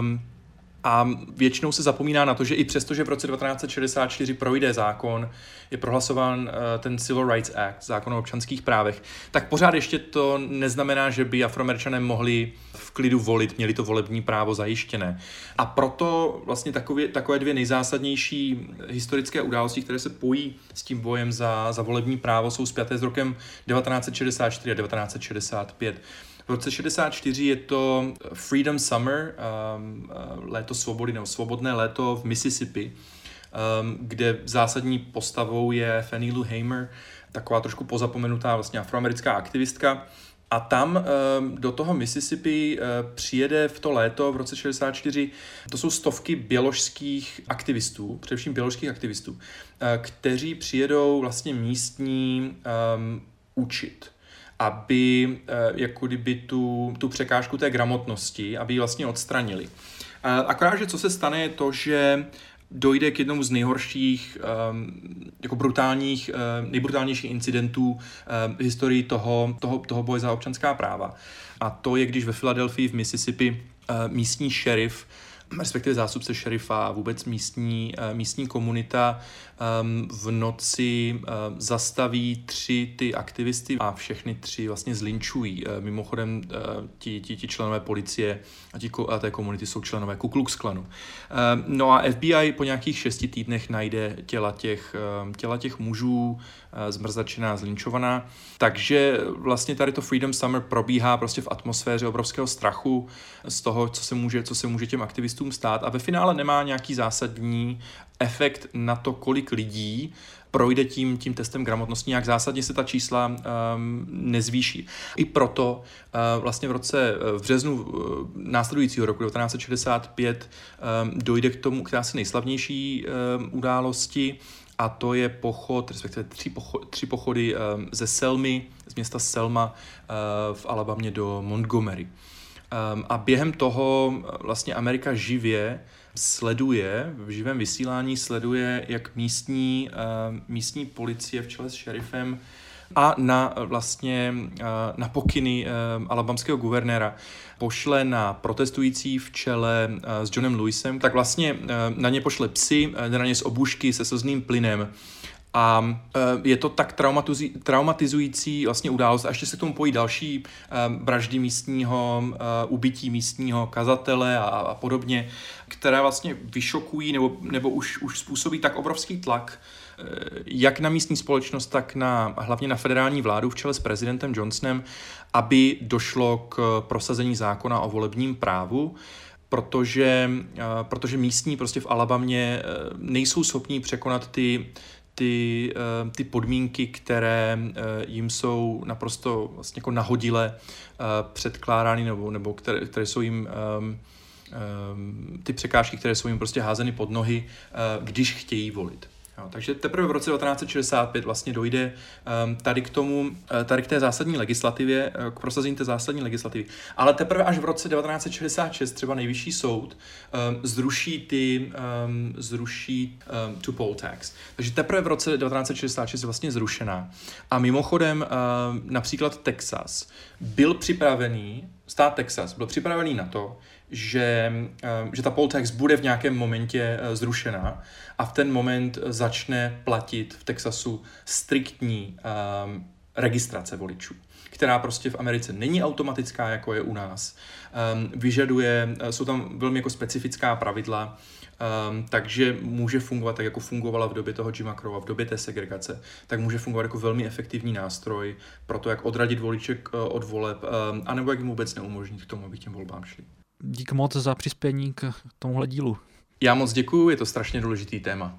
a většinou se zapomíná na to, že i přesto, že v roce devatenáct set šedesát čtyři projde zákon, je prohlasován ten Civil Rights Act, zákon o občanských právech, tak pořád ještě to neznamená, že by Afroameričané mohli v klidu volit, měli to volební právo zajištěné. A proto vlastně takové, takové dvě nejzásadnější historické události, které se pojí s tím bojem za, za volební právo, jsou spjaté s rokem devatenáct set šedesát čtyři a devatenáct set šedesát pět. V roce šedesát čtyři je to Freedom Summer, um, léto svobody nebo svobodné léto v Mississippi, um, kde zásadní postavou je Fannie Lou Hamer, taková trošku pozapomenutá vlastně afroamerická aktivistka. A tam um, do toho Mississippi uh, přijede v to léto v roce šedesát čtyři, to jsou stovky běložských aktivistů, především běložských aktivistů, uh, kteří přijedou vlastně místní um, učit, aby jako kdyby tu, tu překážku té gramotnosti, aby ji vlastně odstranili. Akorát, že co se stane, je to, že dojde k jednomu z nejhorších, jako brutálních, nejbrutálnějších incidentů v historii toho, toho, toho boje za občanská práva. A to je, když ve Filadelfii v Mississippi místní šerif, respektive zástupce šerifa a vůbec místní, místní komunita um, v noci uh, zastaví tři ty aktivisty a všechny tři vlastně zlinčují. Uh, mimochodem uh, ti, ti, ti členové policie a, ti, a té komunity jsou členové Ku Klux Klanu. Uh, no a F B I po nějakých šesti týdnech najde těla těch, uh, těla těch mužů zmrzačená, zlinčovaná. Takže vlastně tady to Freedom Summer probíhá prostě v atmosféře obrovského strachu z toho, co se může, co se může těm aktivistům stát a ve finále nemá nějaký zásadní efekt na to, kolik lidí projde tím, tím testem gramotnosti, nějak zásadně se ta čísla um, nezvýší. I proto uh, vlastně v roce, v březnu uh, následujícího roku devatenáct set šedesát pět um, dojde k tomu, k asi nejslavnější um, události, a to je pochod, respektive tři, pocho, tři pochody um, ze Selmy, z města Selma uh, v Alabamě do Montgomery. Um, a během toho vlastně Amerika živě sleduje, v živém vysílání sleduje, jak místní, uh, místní policie v čele s šerifem a na vlastně uh, na pokyny uh, alabamského guvernéra pošle na protestující v čele uh, s Johnem Lewisem, tak vlastně uh, na ně pošle psy, uh, na ně z obušky se slzným plynem. A uh, je to tak traumatizující vlastně událost. A ještě se k tomu pojí další uh, vraždy místního, uh, ubytí místního kazatele a, a podobně, které vlastně vyšokují nebo, nebo už, už způsobí tak obrovský tlak, uh, jak na místní společnost, tak na, hlavně na federální vládu v čele s prezidentem Johnsonem, aby došlo k prosazení zákona o volebním právu, protože, uh, protože místní prostě v Alabamě uh, nejsou schopní překonat ty Ty, ty podmínky, které jim jsou naprosto vlastně jako nahodile předkládány, nebo, nebo které, které jsou jim um, um, ty překážky, které jsou jim prostě házeny pod nohy, uh, když chtějí volit. Jo, takže teprve v roce devatenáct set šedesát pět vlastně dojde um, tady k tomu, tady k té zásadní legislativě, k prosazení té zásadní legislativy. Ale teprve až v roce devatenáct set šedesát šest třeba nejvyšší soud um, zruší ty, um, zruší um, tu poll tax. Takže teprve v roce devatenáct set šedesát šest je vlastně zrušená. A mimochodem um, například Texas byl připravený, stát Texas byl připravený na to, že, že ta poll tax bude v nějakém momentě zrušená a v ten moment začne platit v Texasu striktní um, registrace voličů, která prostě v Americe není automatická, jako je u nás. Um, vyžaduje, jsou tam velmi jako specifická pravidla, um, takže může fungovat tak, jako fungovala v době toho Jima Crowa, v době té segregace, tak může fungovat jako velmi efektivní nástroj pro to, jak odradit voliček od voleb, um, anebo jak jim vůbec neumožnit k tomu, aby k těm volbám šli. Dík moc za přispění k tomuhle dílu. Já moc děkuju, je to strašně důležitý téma.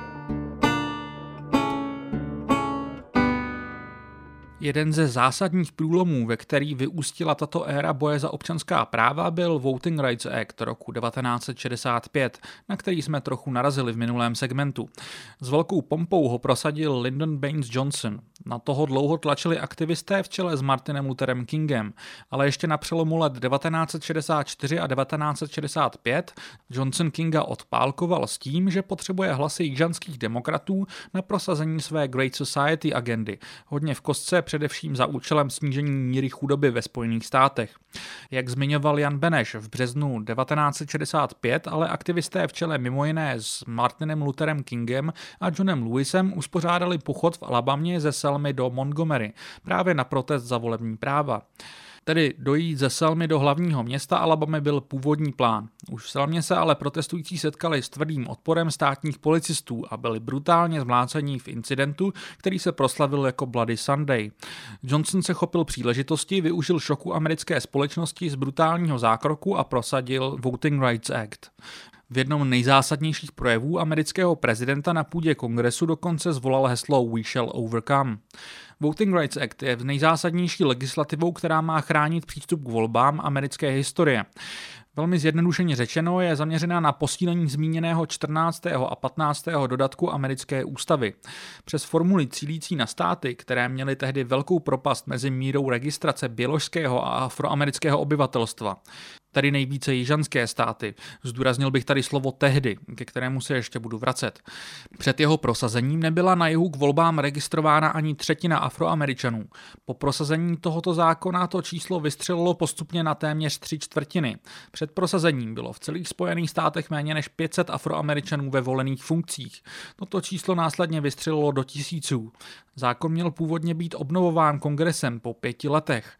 Jeden ze zásadních průlomů, ve který vyústila tato éra boje za občanská práva, byl Voting Rights Act roku devatenáct set šedesát pět, na který jsme trochu narazili v minulém segmentu. S velkou pompou ho prosadil Lyndon Baines Johnson. Na toho dlouho tlačili aktivisté v čele s Martinem Lutherem Kingem, ale ještě na přelomu let devatenáct set šedesát čtyři a devatenáct set šedesát pět Johnson Kinga odpálkoval s tím, že potřebuje hlasy jižanských demokratů na prosazení své Great Society agendy, hodně v kostce především za účelem snížení míry chudoby ve Spojených státech. Jak zmiňoval Jan Beneš, v březnu devatenáct set šedesát pět ale aktivisté v čele mimo jiné s Martinem Lutherem Kingem a Johnem Lewisem uspořádali pochod v Alabamě ze Selmy do Montgomery, právě na protest za volební práva. Tedy dojít ze Selmy do hlavního města Alabamy byl původní plán. Už v Selmě se ale protestující setkali s tvrdým odporem státních policistů a byli brutálně zmláceni v incidentu, který se proslavil jako Bloody Sunday. Johnson se chopil příležitosti, využil šoku americké společnosti z brutálního zákroku a prosadil Voting Rights Act. V jednom nejzásadnějších projevů amerického prezidenta na půdě kongresu dokonce zvolal heslo We shall overcome. Voting Rights Act je nejzásadnější legislativou, která má chránit přístup k volbám americké historie. Velmi zjednodušeně řečeno je zaměřená na posílení zmíněného čtrnáctého a patnáctého dodatku americké ústavy. Přes formuli cílící na státy, které měly tehdy velkou propast mezi mírou registrace běložského a afroamerického obyvatelstva, tedy nejvíce jižanské státy. Zdůraznil bych tady slovo tehdy, ke kterému se ještě budu vracet. Před jeho prosazením nebyla na jihu k volbám registrována ani třetina Afroameričanů. Po prosazení tohoto zákona to číslo vystřelilo postupně na téměř tři čtvrtiny. Před prosazením bylo v celých Spojených státech méně než pět set Afroameričanů ve volených funkcích. Toto číslo následně vystřelilo do tisíců. Zákon měl původně být obnovován kongresem po pěti letech.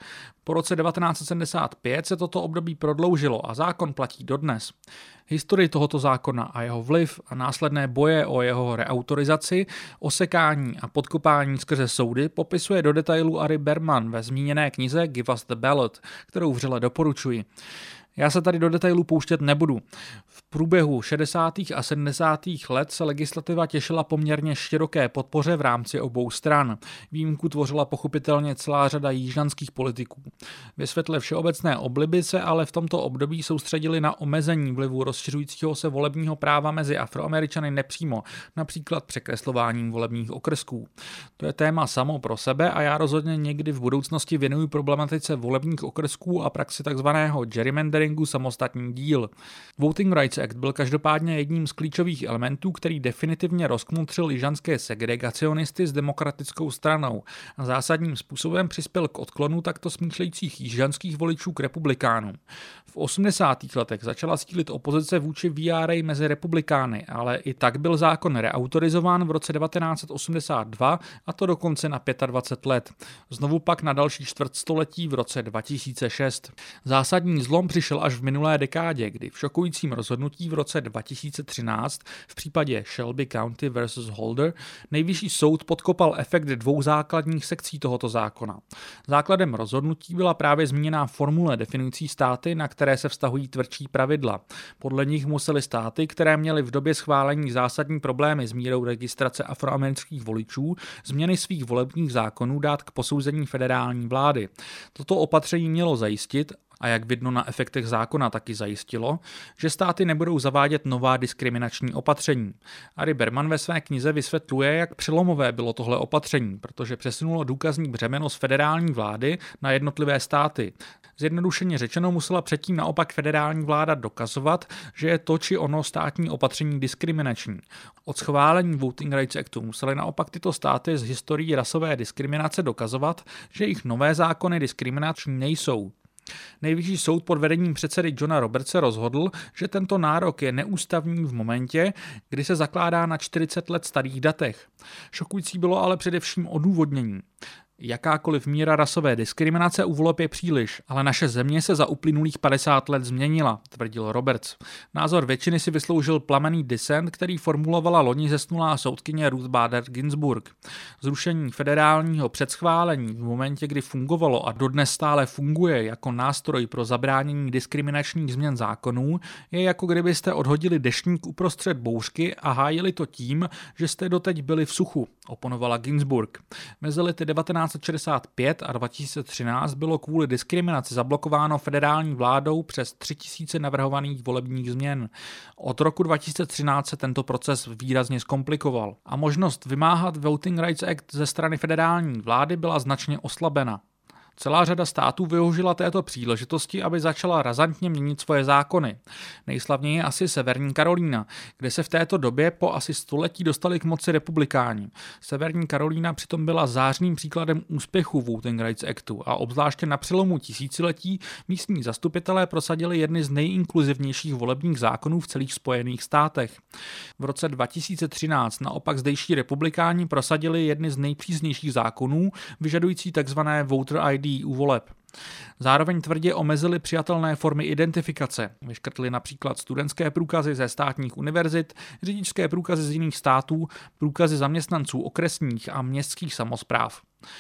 Po roce devatenáct set sedmdesát pět se toto období prodloužilo a zákon platí dodnes. Historii tohoto zákona a jeho vliv a následné boje o jeho reautorizaci, osekání a podkopání skrze soudy popisuje do detailu Ari Berman ve zmíněné knize Give Us the Ballot, kterou vřele doporučuji. Já se tady do detailů pouštět nebudu. V průběhu šedesátých a sedmdesátých let se legislativa těšila poměrně široké podpoře v rámci obou stran. Výjimku tvořila pochopitelně celá řada jižanských politiků. Ve světle všeobecné obliby se ale v tomto období soustředili na omezení vlivu rozšiřujícího se volebního práva mezi Afroameričany nepřímo, například překreslováním volebních okrsků. To je téma samo pro sebe a já rozhodně někdy v budoucnosti věnuju problematice volebních okrsků a praxi takzvaného gerrymanderingu samostatný díl. Voting Rights Act byl každopádně jedním z klíčových elementů, který definitivně rozkmutřil jižanské segregacionisty s demokratickou stranou a zásadním způsobem přispěl k odklonu takto smýšlejících jižanských voličů k republikánům. V osmdesátých letech začala sílit opozice vůči V R A mezi republikány, ale i tak byl zákon reautorizován v roce devatenáct set osmdesát dva a to dokonce na dvacet pět let. Znovu pak na další čtvrtstoletí v roce dva tisíce šest. Zásadní zlom přišel až v minulé dekádě, kdy v šokujícím rozhodnutí v roce dva tisíce třináct v případě Shelby County versus Holder nejvyšší soud podkopal efekt dvou základních sekcí tohoto zákona. Základem rozhodnutí byla právě zmíněná formule definující státy, na které se vztahují tvrdší pravidla. Podle nich musely státy, které měly v době schválení zásadní problémy s mírou registrace afroamerických voličů, změny svých volebních zákonů dát k posouzení federální vlády. Toto opatření mělo zajistit, a jak vidno na efektech zákona taky zajistilo, že státy nebudou zavádět nová diskriminační opatření. Ari Berman ve své knize vysvětluje, jak přelomové bylo tohle opatření, protože přesunulo důkazní břemeno z federální vlády na jednotlivé státy. Zjednodušeně řečeno musela předtím naopak federální vláda dokazovat, že je to či ono státní opatření diskriminační. Od schválení Voting Rights Actu musely naopak tyto státy z historií rasové diskriminace dokazovat, že jejich nové zákony diskriminační nejsou. Nejvyšší soud pod vedením předsedy Johna Robertse rozhodl, že tento nárok je neústavní v momentě, kdy se zakládá na čtyřicet let starých datech. Šokující bylo ale především odůvodnění. Jakákoliv míra rasové diskriminace u voleb je příliš, ale naše země se za uplynulých padesát let změnila, tvrdil Roberts. Názor většiny si vysloužil plamenný dissent, který formulovala loni zesnulá soudkyně Ruth Bader Ginsburg. Zrušení federálního předschválení v momentě, kdy fungovalo a dodnes stále funguje jako nástroj pro zabránění diskriminačních změn zákonů, je jako kdybyste odhodili deštník uprostřed bouřky a hájili to tím, že jste doteď byli v suchu, oponovala Ginsburg. Mezi lety devatenáct set šedesát pět a dva tisíce třináct bylo kvůli diskriminaci zablokováno federální vládou přes tři tisíce navrhovaných volebních změn. Od roku dva tisíce třináct se tento proces výrazně zkomplikoval a možnost vymáhat Voting Rights Act ze strany federální vlády byla značně oslabena. Celá řada států využila této příležitosti, aby začala razantně měnit svoje zákony. Nejslavněji je asi Severní Karolína, kde se v této době po asi století dostali k moci republikáni. Severní Karolína přitom byla zářným příkladem úspěchu Voting Rights Actu a obzvláště na přelomu tisíciletí místní zastupitelé prosadili jedny z nejinkluzivnějších volebních zákonů v celých Spojených státech. V roce dva tisíce třináct naopak zdejší republikáni prosadili jedny z nejpřísnějších zákonů, vyžadující tzv. Voter I D u voleb. Zároveň tvrdě omezili přijatelné formy identifikace. Vyškrtli například studentské průkazy ze státních univerzit, řidičské průkazy z jiných států, průkazy zaměstnanců okresních a městských samospráv.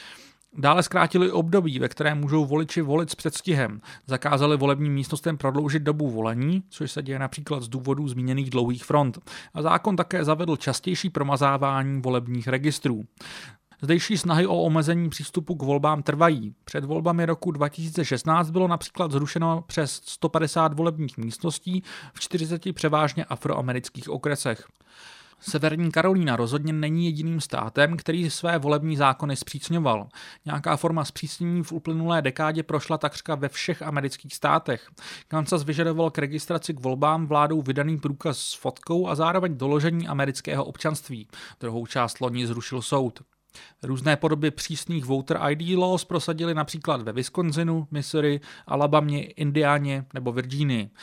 Dále zkrátili období, ve kterém můžou voliči volit s předstihem. Zakázali volebním místnostem prodloužit dobu volení, což se děje například z důvodů zmíněných dlouhých front. A zákon také zavedl častější promazávání volebních registrů. Zdejší snahy o omezení přístupu k volbám trvají. Před volbami roku dva tisíce šestnáct bylo například zrušeno přes sto padesát volebních místností v čtyřiceti převážně afroamerických okresech. Severní Karolína rozhodně není jediným státem, který své volební zákony zpřísňoval. Nějaká forma zpřísnění v uplynulé dekádě prošla takřka ve všech amerických státech. Kansas vyžadoval k registraci k volbám vládou vydaný průkaz s fotkou a zároveň doložení amerického občanství. Druhou část loni zrušil soud. Různé podoby přísných voter I D laws prosadili například ve Wisconsinu, Missouri, Alabamě, Indiáně nebo Virginii.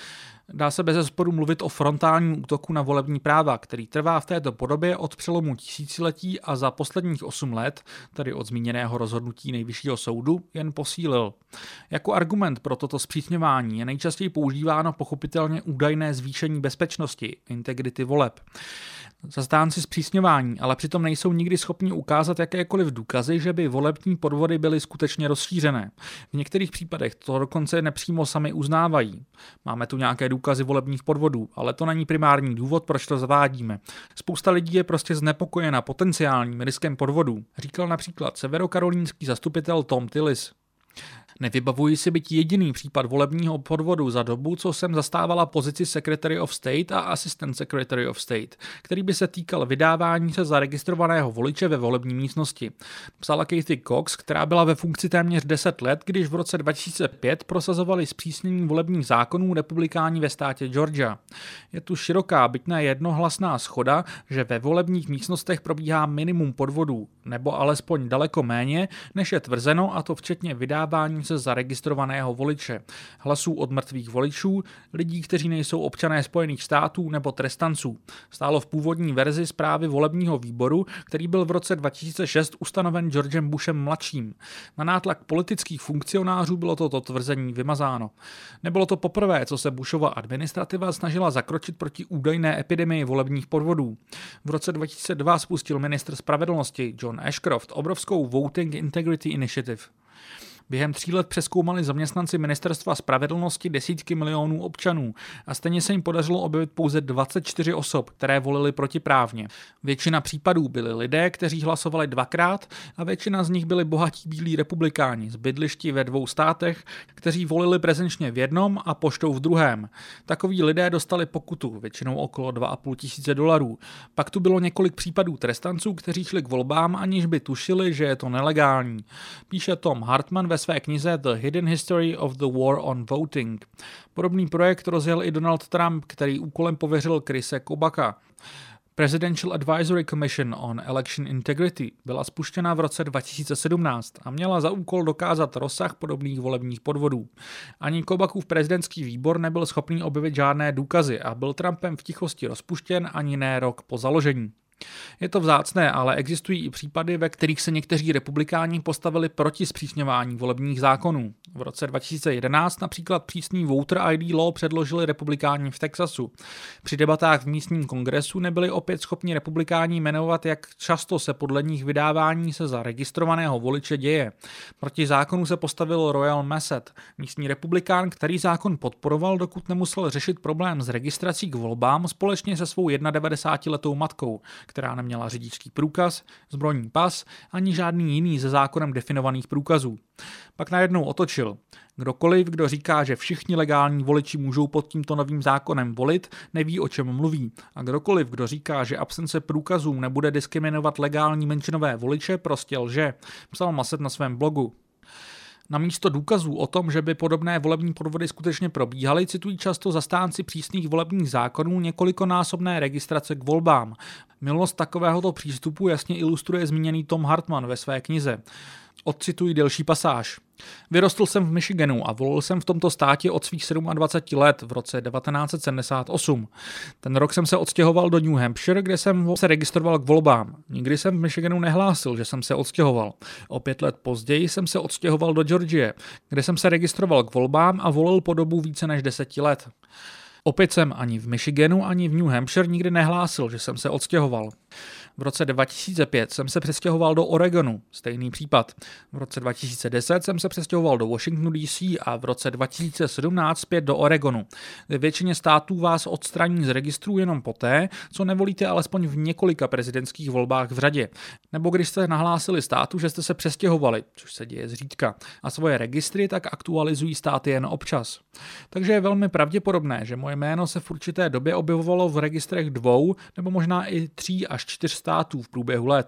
Dá se bezesporu mluvit o frontálním útoku na volební práva, který trvá v této podobě od přelomu tisíciletí a za posledních osm let, tedy od zmíněného rozhodnutí Nejvyššího soudu, jen posílil. Jako argument pro toto zpřísňování je nejčastěji používáno pochopitelně údajné zvýšení bezpečnosti, integrity voleb. Zastánci zpřísňování ale přitom nejsou nikdy schopni ukázat jakékoliv důkazy, že by volební podvody byly skutečně rozšířené. V některých případech to dokonce nepřímo sami uznávají. Máme tu nějaké důkazy volebních podvodů, ale to není primární důvod, proč to zavádíme. Spousta lidí je prostě znepokojena potenciálním riskem podvodů, říkal například severokarolínský zastupitel Tom Tillis. Nevybavuji si být jediný případ volebního podvodu za dobu, co jsem zastávala pozici Secretary of State a Assistant Secretary of State, který by se týkal vydávání se zaregistrovaného voliče ve volební místnosti. Psala Kathy Cox, která byla ve funkci téměř deset let, když v roce dva tisíce pět prosazovali zpřísnění volebních zákonů republikáni ve státě Georgia. Je tu široká, byť ne jednohlasná shoda, že ve volebních místnostech probíhá minimum podvodů, nebo alespoň daleko méně, než je tvrzeno, a to včetně vydávání se zaregistrovaného voliče, hlasů od mrtvých voličů, lidí, kteří nejsou občané Spojených států nebo trestanců. Stálo v původní verzi zprávy volebního výboru, který byl v roce dva tisíce šest ustanoven Georgem Bushem mladším. Na nátlak politických funkcionářů bylo toto tvrzení vymazáno. Nebylo to poprvé, co se Bushova administrativa snažila zakročit proti údajné epidemii volebních podvodů. V roce dva tisíce dva spustil ministr spravedlnosti John Ashcroft obrovskou Voting Integrity Initiative. Během tří let přezkoumali zaměstnanci ministerstva spravedlnosti desítky milionů občanů a stejně se jim podařilo objevit pouze dvacet čtyři osob, které volili protiprávně. Většina případů byli lidé, kteří hlasovali dvakrát, a většina z nich byli bohatí bílí republikáni z bydlišti ve dvou státech, kteří volili prezenčně v jednom a poštou v druhém. Takoví lidé dostali pokutu, většinou okolo dva a půl tisíce dolarů. Pak tu bylo několik případů trestanců, kteří šli k volbám, aniž by tušili, že je to nelegální. Píše Tom Hartman ve své knize The Hidden History of the War on Voting. Podobný projekt rozjel i Donald Trump, který úkolem pověřil Chrise Kobacka. Presidential Advisory Commission on Election Integrity byla spuštěna v roce dva tisíce sedmnáct a měla za úkol dokázat rozsah podobných volebních podvodů. Ani Kobachův prezidentský výbor nebyl schopný objevit žádné důkazy a byl Trumpem v tichosti rozpuštěn ani ne rok po založení. Je to vzácné, ale existují i případy, ve kterých se někteří republikáni postavili proti zpřísňování volebních zákonů. V roce dva tisíce jedenáct například přísný Voter I D law předložili republikáni v Texasu. Při debatách v místním kongresu nebyli opět schopni republikáni jmenovat, jak často se podle nich vydávání se za registrovaného voliče děje. Proti zákonu se postavil Royal Massett, místní republikán, který zákon podporoval, dokud nemusel řešit problém s registrací k volbám společně se svou devadesátiletou matkou, která neměla řidičský průkaz, zbrojní pas ani žádný jiný ze zákonem definovaných průkazů. Pak najednou otočil. Kdokoliv, kdo říká, že všichni legální voliči můžou pod tímto novým zákonem volit, neví, o čem mluví. A kdokoliv, kdo říká, že absence průkazů nebude diskriminovat legální menšinové voliče, prostě lže, psal Massett na svém blogu. Namísto důkazů o tom, že by podobné volební podvody skutečně probíhaly, citují často zastánci přísných volebních zákonů několikonásobné registrace k volbám. Milost takovéhoto přístupu jasně ilustruje zmíněný Tom Hartman ve své knize. Odcituji delší pasáž. Vyrostl jsem v Michiganu a volil jsem v tomto státě od svých dvaceti sedmi let v roce devatenáct set sedmdesát osm. Ten rok jsem se odstěhoval do New Hampshire, kde jsem se registroval k volbám. Nikdy jsem v Michiganu nehlásil, že jsem se odstěhoval. O pět let později jsem se odstěhoval do Georgie, kde jsem se registroval k volbám a volil po dobu více než deseti let. Opět jsem ani v Michiganu, ani v New Hampshire nikdy nehlásil, že jsem se odstěhoval. V roce dva tisíce pět jsem se přestěhoval do Oregonu, stejný případ. V roce dva tisíce deset jsem se přestěhoval do Washingtonu D C a v roce dva tisíce sedmnáct zpět do Oregonu. Ve většině států vás odstraní z registru jenom poté, co nevolíte alespoň v několika prezidentských volbách v řadě. Nebo když jste nahlásili státu, že jste se přestěhovali, což se děje zřídka, a svoje registry tak aktualizují státy jen občas. Takže je velmi pravděpodobné, že moje jméno se v určité době objevovalo v registrech dvou nebo možná i tří až čtyř států v průběhu let.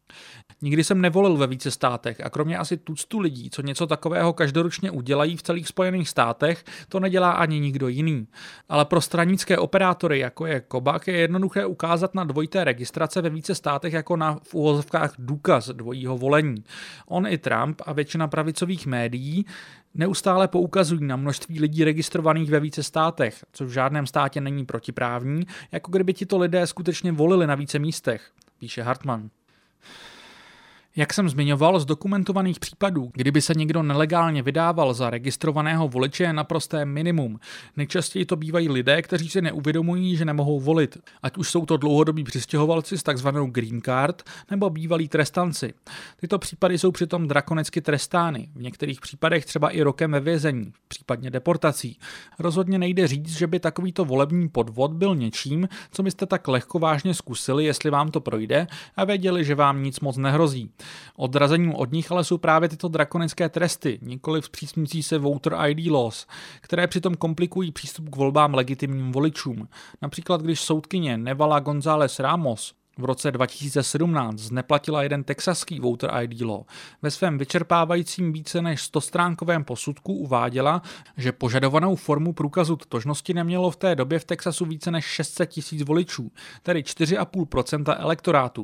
Nikdy jsem nevolil ve více státech a kromě asi tuctu lidí, co něco takového každoročně udělají v celých Spojených státech, to nedělá ani nikdo jiný. Ale pro stranické operátory, jako je Kobach, je jednoduché ukázat na dvojité registrace ve více státech jako na v uvozovkách důkaz dvojího volení. On i Trump a většina pravicových médií neustále poukazují na množství lidí registrovaných ve více státech, což v žádném státě není protiprávní, jako kdyby tito lidé skutečně volili na více místech, píše Hartman. Jak jsem zmiňoval, z dokumentovaných případů, kdyby se někdo nelegálně vydával za registrovaného voliče, je naprosté minimum. Nejčastěji to bývají lidé, kteří si neuvědomují, že nemohou volit. Ať už jsou to dlouhodobí přistěhovalci s takzvanou green card nebo bývalí trestanci. Tyto případy jsou přitom drakonicky trestány, v některých případech třeba i rokem ve vězení, případně deportací. Rozhodně nejde říct, že by takovýto volební podvod byl něčím, co byste tak lehko vážně zkusili, jestli vám to projde a věděli, že vám nic moc nehrozí. Odrazením od nich ale jsou právě tyto drakonické tresty, nikoli zpřísňující se voter I D laws, které přitom komplikují přístup k volbám legitimním voličům. Například když soudkyně Nevala González Ramos v roce dva tisíce sedmnáct zneplatila jeden texaský voter I D law. Ve svém vyčerpávajícím více než stostránkovém posudku uváděla, že požadovanou formu průkazu totožnosti nemělo v té době v Texasu více než šest set tisíc voličů, tedy čtyři celá pět procenta elektorátu.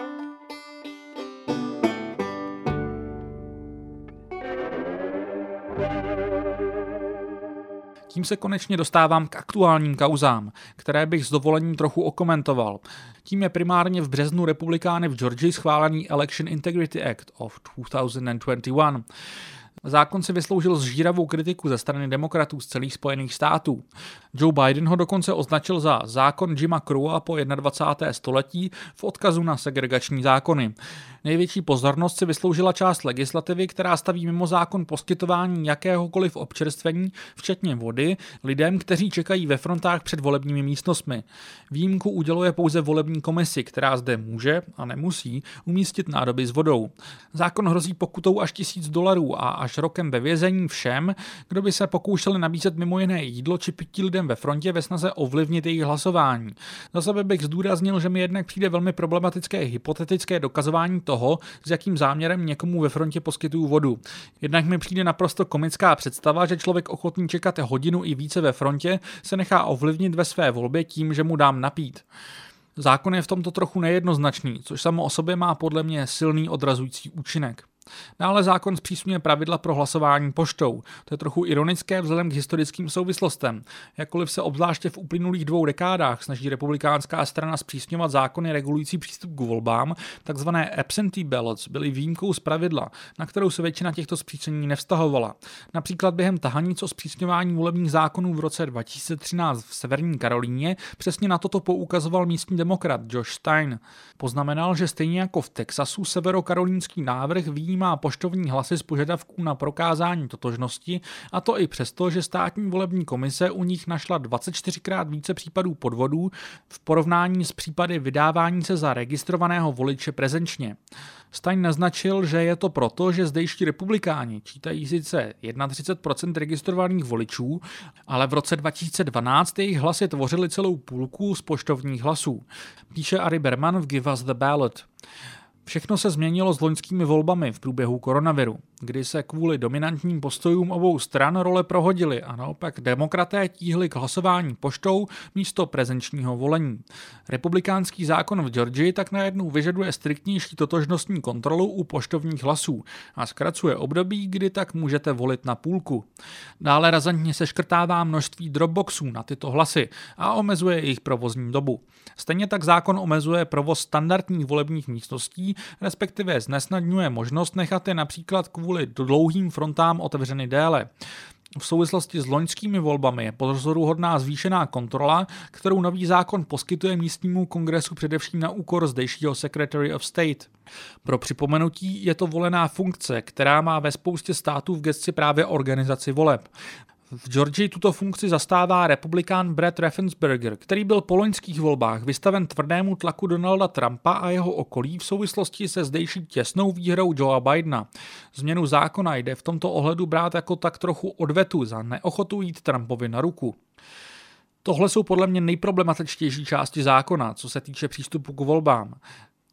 Tím se konečně dostávám k aktuálním kauzám, které bych s dovolením trochu okomentoval. Tím je primárně v březnu republikány v Georgii schválený Election Integrity Act of dva tisíce dvacet jedna. Zákon si vysloužil zžíravou kritiku ze strany demokratů z celých Spojených států. Joe Biden ho dokonce označil za zákon Jima Crowa po dvacátém prvním století v odkazu na segregační zákony. Největší pozornost si vysloužila část legislativy, která staví mimo zákon poskytování jakéhokoliv občerstvení, včetně vody, lidem, kteří čekají ve frontách před volebními místnostmi. Výjimku uděluje pouze volební komisi, která zde může a nemusí umístit nádoby s vodou. Zákon hrozí pokutou až tisíc dolarů a až rokem ve vězení všem, kdo by se pokoušeli nabízet mimo jiné jídlo či pití lidem ve frontě ve snaze ovlivnit jejich hlasování. Za sebe bych zdůraznil, že mi jednak přijde velmi problematické hypotetické dokazování toho, s jakým záměrem někomu ve frontě poskytují vodu. Jednak mi přijde naprosto komická představa, že člověk ochotný čekat hodinu i více ve frontě se nechá ovlivnit ve své volbě tím, že mu dám napít. Zákon je v tomto trochu nejednoznačný, což samo o sobě má podle mě silný odrazující účinek. Dále zákon zpřísňuje pravidla pro hlasování poštou. To je trochu ironické vzhledem k historickým souvislostem. Jakkoliv se obzvláště v uplynulých dvou dekádách snaží republikánská strana zpřísňovat zákony regulující přístup k volbám, takzvané absentee ballots byly výjimkou z pravidla, na kterou se většina těchto zpřísnění nevztahovala. Například během tahanic o zpřísňování volebních zákonů v roce dva tisíce třináct v Severní Karolíně přesně na toto poukazoval místní demokrat Josh Stein. Poznamenal, že stejně jako v Texasu severokarolínský návrh výjimá má poštovní hlasy z požadavků na prokázání totožnosti, a to i přesto, že státní volební komise u nich našla dvacet čtyřikrát více případů podvodů v porovnání s případy vydávání se za registrovaného voliče prezenčně. Stein naznačil, že je to proto, že zdejší republikáni čítají sice třicet jedna procent registrovaných voličů, ale v roce dva tisíce dvanáct jejich hlasy tvořily celou půlku z poštovních hlasů. Píše Ari Berman v Give Us the Ballot. Všechno se změnilo s loňskými volbami v průběhu koronaviru, kdy se kvůli dominantním postojům obou stran role prohodily a naopak demokraté tíhli k hlasování poštou místo prezenčního volení. Republikánský zákon v Georgii tak najednou vyžaduje striktnější totožnostní kontrolu u poštovních hlasů a zkracuje období, kdy tak můžete volit na půlku. Dále razantně se škrtává množství dropboxů na tyto hlasy a omezuje jejich provozní dobu. Stejně tak zákon omezuje provoz standardních volebních místností, respektive znesnadňuje možnost nechat je například kvůli dlouhým frontám otevřeny déle. V souvislosti s loňskými volbami je pozoruhodná zvýšená kontrola, kterou nový zákon poskytuje místnímu kongresu především na úkor zdejšího Secretary of State. Pro připomenutí je to volená funkce, která má ve spoustě států v gesci právě organizaci voleb. V Georgii tuto funkci zastává republikán Brad Raffensperger, který byl po loňských volbách vystaven tvrdému tlaku Donalda Trumpa a jeho okolí v souvislosti se zdejší těsnou výhrou Joea Bidena. Změnu zákona jde v tomto ohledu brát jako tak trochu odvetu za neochotu jít Trumpovi na ruku. Tohle jsou podle mě nejproblematičtější části zákona, co se týče přístupu k volbám.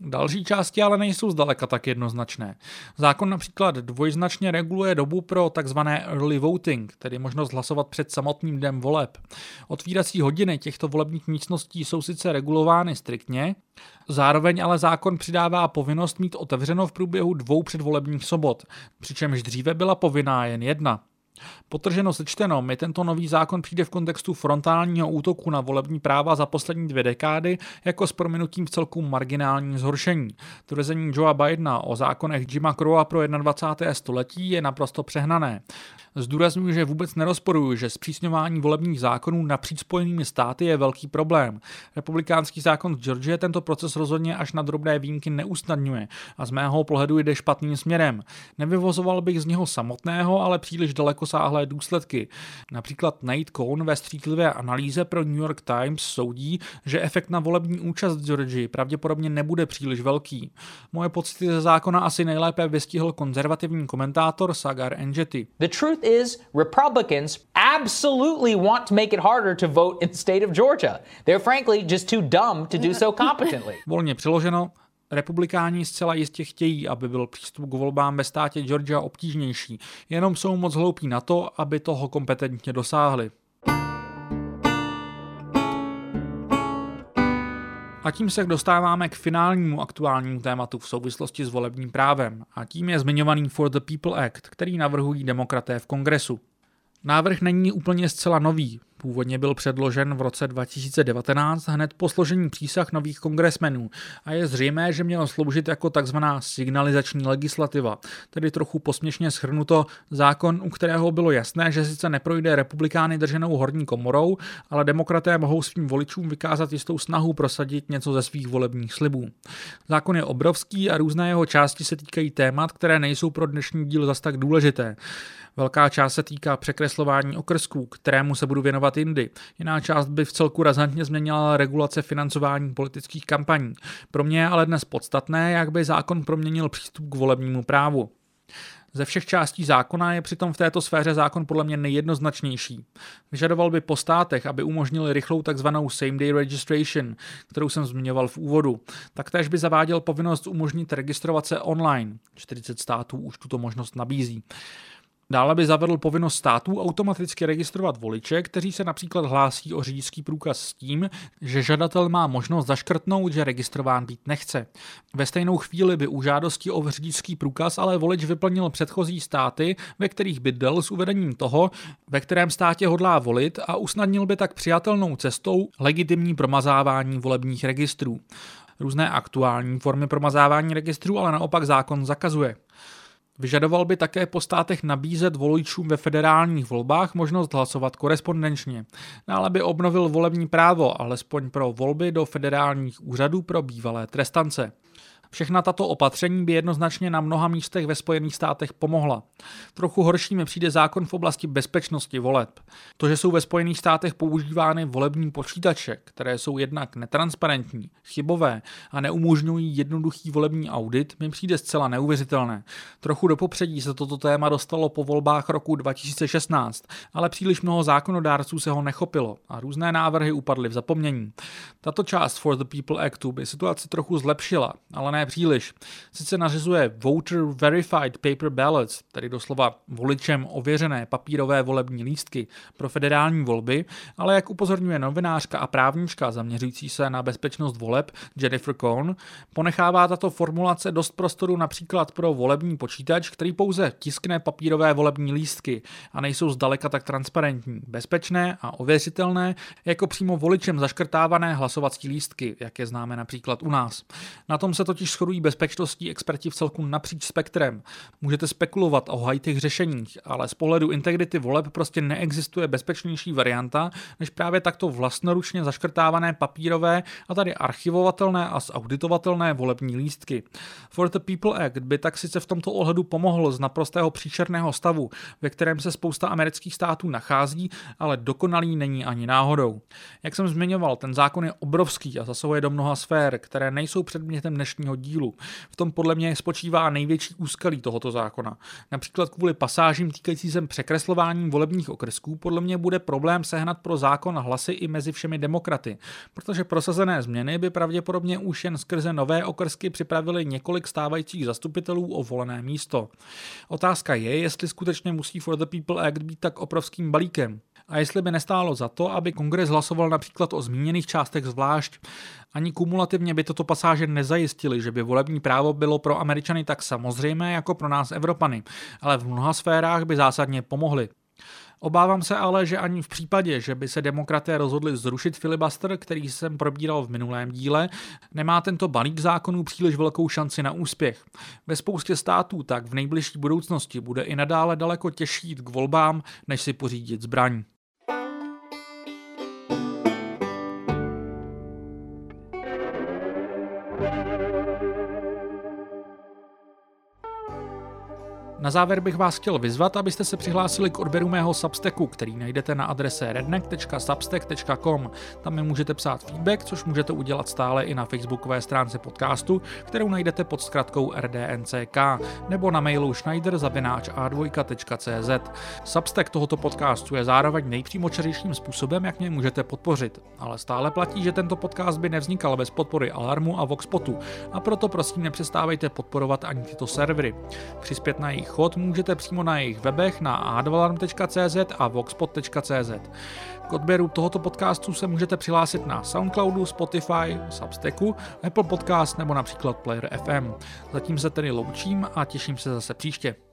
Další části ale nejsou zdaleka tak jednoznačné. Zákon například dvojznačně reguluje dobu pro takzvané early voting, tedy možnost hlasovat před samotným dnem voleb. Otvírací hodiny těchto volebních místností jsou sice regulovány striktně, zároveň ale zákon přidává povinnost mít otevřeno v průběhu dvou předvolebních sobot, přičemž dříve byla povinná jen jedna. Podtrženo sečteno, mi tento nový zákon přijde v kontextu frontálního útoku na volební práva za poslední dvě dekády jako s prominutím v celku marginální zhoršení. Tvrzení Joea Bidena o zákonech Jima Crowa pro dvacátého prvního století je naprosto přehnané. Zdůrazňuji, že vůbec nerozporuji, že zpřísňování volebních zákonů napříč Spojenými státy je velký problém. Republikánský zákon z Georgie tento proces rozhodně až na drobné výjimky neusnadňuje a z mého pohledu jde špatným směrem. Nevyvozoval bych z něho samotného, ale příliš dalekosáhlé důsledky. Například Nate Cohn ve střízlivé analýze pro New York Times soudí, že efekt na volební účast v Georgii pravděpodobně nebude příliš velký. Moje pocity ze zákona asi nejlépe vystihl konzervativní komentátor Sagar Enjeti. The truth is, Republicans absolutely want to make it harder to vote in the state of Georgia. They're frankly just too dumb to do so competently. Volně přeloženo, republikáni zcela jistě chtějí, aby byl přístup k volbám ve státě Georgia obtížnější, jenom jsou moc hloupí na to, aby toho kompetentně dosáhli. A tím se dostáváme k finálnímu aktuálnímu tématu v souvislosti s volebním právem, a tím je zmiňovaný For the People Act, který navrhují demokraté v kongresu. Návrh není úplně zcela nový. Původně byl předložen v roce dva tisíce devatenáct hned po složení přísah nových kongresmenů a je zřejmé, že měl sloužit jako takzvaná signalizační legislativa, tedy trochu posměšně shrnuto zákon, u kterého bylo jasné, že sice neprojde republikány drženou horní komorou, ale demokraté mohou svým voličům vykázat jistou snahu prosadit něco ze svých volebních slibů. Zákon je obrovský a různé jeho části se týkají témat, které nejsou pro dnešní díl zas tak důležité. Velká část se týká překreslování okrsků, kterému se budu věnovat jindy. Jiná část by v celku razantně změnila regulace financování politických kampaní. Pro mě je ale dnes podstatné, jak by zákon proměnil přístup k volebnímu právu. Ze všech částí zákona je přitom v této sféře zákon podle mě nejjednoznačnější. Vyžadoval by po státech, aby umožnili rychlou takzvanou same day registration, kterou jsem zmiňoval v úvodu. Taktéž by zaváděl povinnost umožnit registrovat se online. čtyřicet států už tuto možnost nabízí. Dále by zavedl povinnost států automaticky registrovat voliče, kteří se například hlásí o řidičský průkaz s tím, že žadatel má možnost zaškrtnout, že registrován být nechce. Ve stejnou chvíli by u žádosti o řidičský průkaz ale volič vyplnil předchozí státy, ve kterých bydlel, s uvedením toho, ve kterém státě hodlá volit, a usnadnil by tak přijatelnou cestou legitimní promazávání volebních registrů. Různé aktuální formy promazávání registrů ale naopak zákon zakazuje. Vyžadoval by také po státech nabízet voličům ve federálních volbách možnost hlasovat korespondenčně. Dále by obnovil volební právo, alespoň pro volby do federálních úřadů pro bývalé trestance. Všechna tato opatření by jednoznačně na mnoha místech ve Spojených státech pomohla. Trochu horší mi přijde zákon v oblasti bezpečnosti voleb. To, že jsou ve Spojených státech používány volební počítače, které jsou jednak netransparentní, chybové a neumožňují jednoduchý volební audit, mi přijde zcela neuvěřitelné. Trochu do popředí se toto téma dostalo po volbách roku dva tisíce šestnáct, ale příliš mnoho zákonodárců se ho nechopilo a různé návrhy upadly v zapomnění. Tato část For the People Actu by situaci trochu zlepšila, ale ne příliš. Sice nařizuje voter verified paper ballots, tedy doslova voličem ověřené papírové volební lístky pro federální volby, ale jak upozorňuje novinářka a právnička zaměřující se na bezpečnost voleb Jennifer Cohn, ponechává tato formulace dost prostoru například pro volební počítač, který pouze tiskne papírové volební lístky a nejsou zdaleka tak transparentní, bezpečné a ověřitelné jako přímo voličem zaškrtávané hlasovací lístky, jak je známe například u nás. Na tom se totiž shodují bezpečnostní experti v celku napříč spektrem. Můžete spekulovat o high-tech řešeních, ale z pohledu integrity voleb prostě neexistuje bezpečnější varianta, než právě takto vlastnoručně zaškrtávané papírové a tady archivovatelné a zauditovatelné volební lístky. For the People Act by tak sice v tomto ohledu pomohl z naprostého příšerného stavu, ve kterém se spousta amerických států nachází, ale dokonalý není ani náhodou. Jak jsem zmiňoval, ten zákon je obrovský a zasahuje do mnoha sfér, které nejsou předmětem dnešního dílu. V tom podle mě spočívá největší úskalí tohoto zákona. Například kvůli pasážím týkající se překreslování volebních okrsků podle mě bude problém sehnat pro zákon hlasy i mezi všemi demokraty, protože prosazené změny by pravděpodobně už jen skrze nové okrsky připravili několik stávajících zastupitelů o volené místo. Otázka je, jestli skutečně musí For the People Act být tak obrovským balíkem. A jestli by nestálo za to, aby kongres hlasoval například o zmíněných částech zvlášť. Ani kumulativně by toto pasáže nezajistili, že by volební právo bylo pro Američany tak samozřejmé jako pro nás Evropany, ale v mnoha sférách by zásadně pomohly. Obávám se ale, že ani v případě, že by se demokraté rozhodli zrušit filibuster, který jsem probíral v minulém díle, nemá tento balík zákonů příliš velkou šanci na úspěch. Ve spoustě států tak v nejbližší budoucnosti bude i nadále daleko těžší jít k volbám, než si pořídit zbraň. Na závěr bych vás chtěl vyzvat, abyste se přihlásili k odběru mého Substacku, který najdete na adrese redneck tečka substack tečka com. Tam mi můžete psát feedback, což můžete udělat stále i na facebookové stránce podcastu, kterou najdete pod zkratkou R D N C K, nebo na mailu schneider zavináč a dva tečka cé zet. Substack tohoto podcastu je zároveň nejpřímočařejším způsobem, jak mě můžete podpořit, ale stále platí, že tento podcast by nevznikal bez podpory Alarmu a Voxpotu, a proto prosím nepřestávejte podporovat ani tyto servery. Přispět na jejich chod můžete přímo na jejich webech na advalarm tečka cé zet a voxpot tečka cé zet. K odběru tohoto podcastu se můžete přihlásit na Soundcloudu, Spotify, Substacku, Apple Podcast nebo například Player F M. Zatím se tedy loučím a těším se zase příště.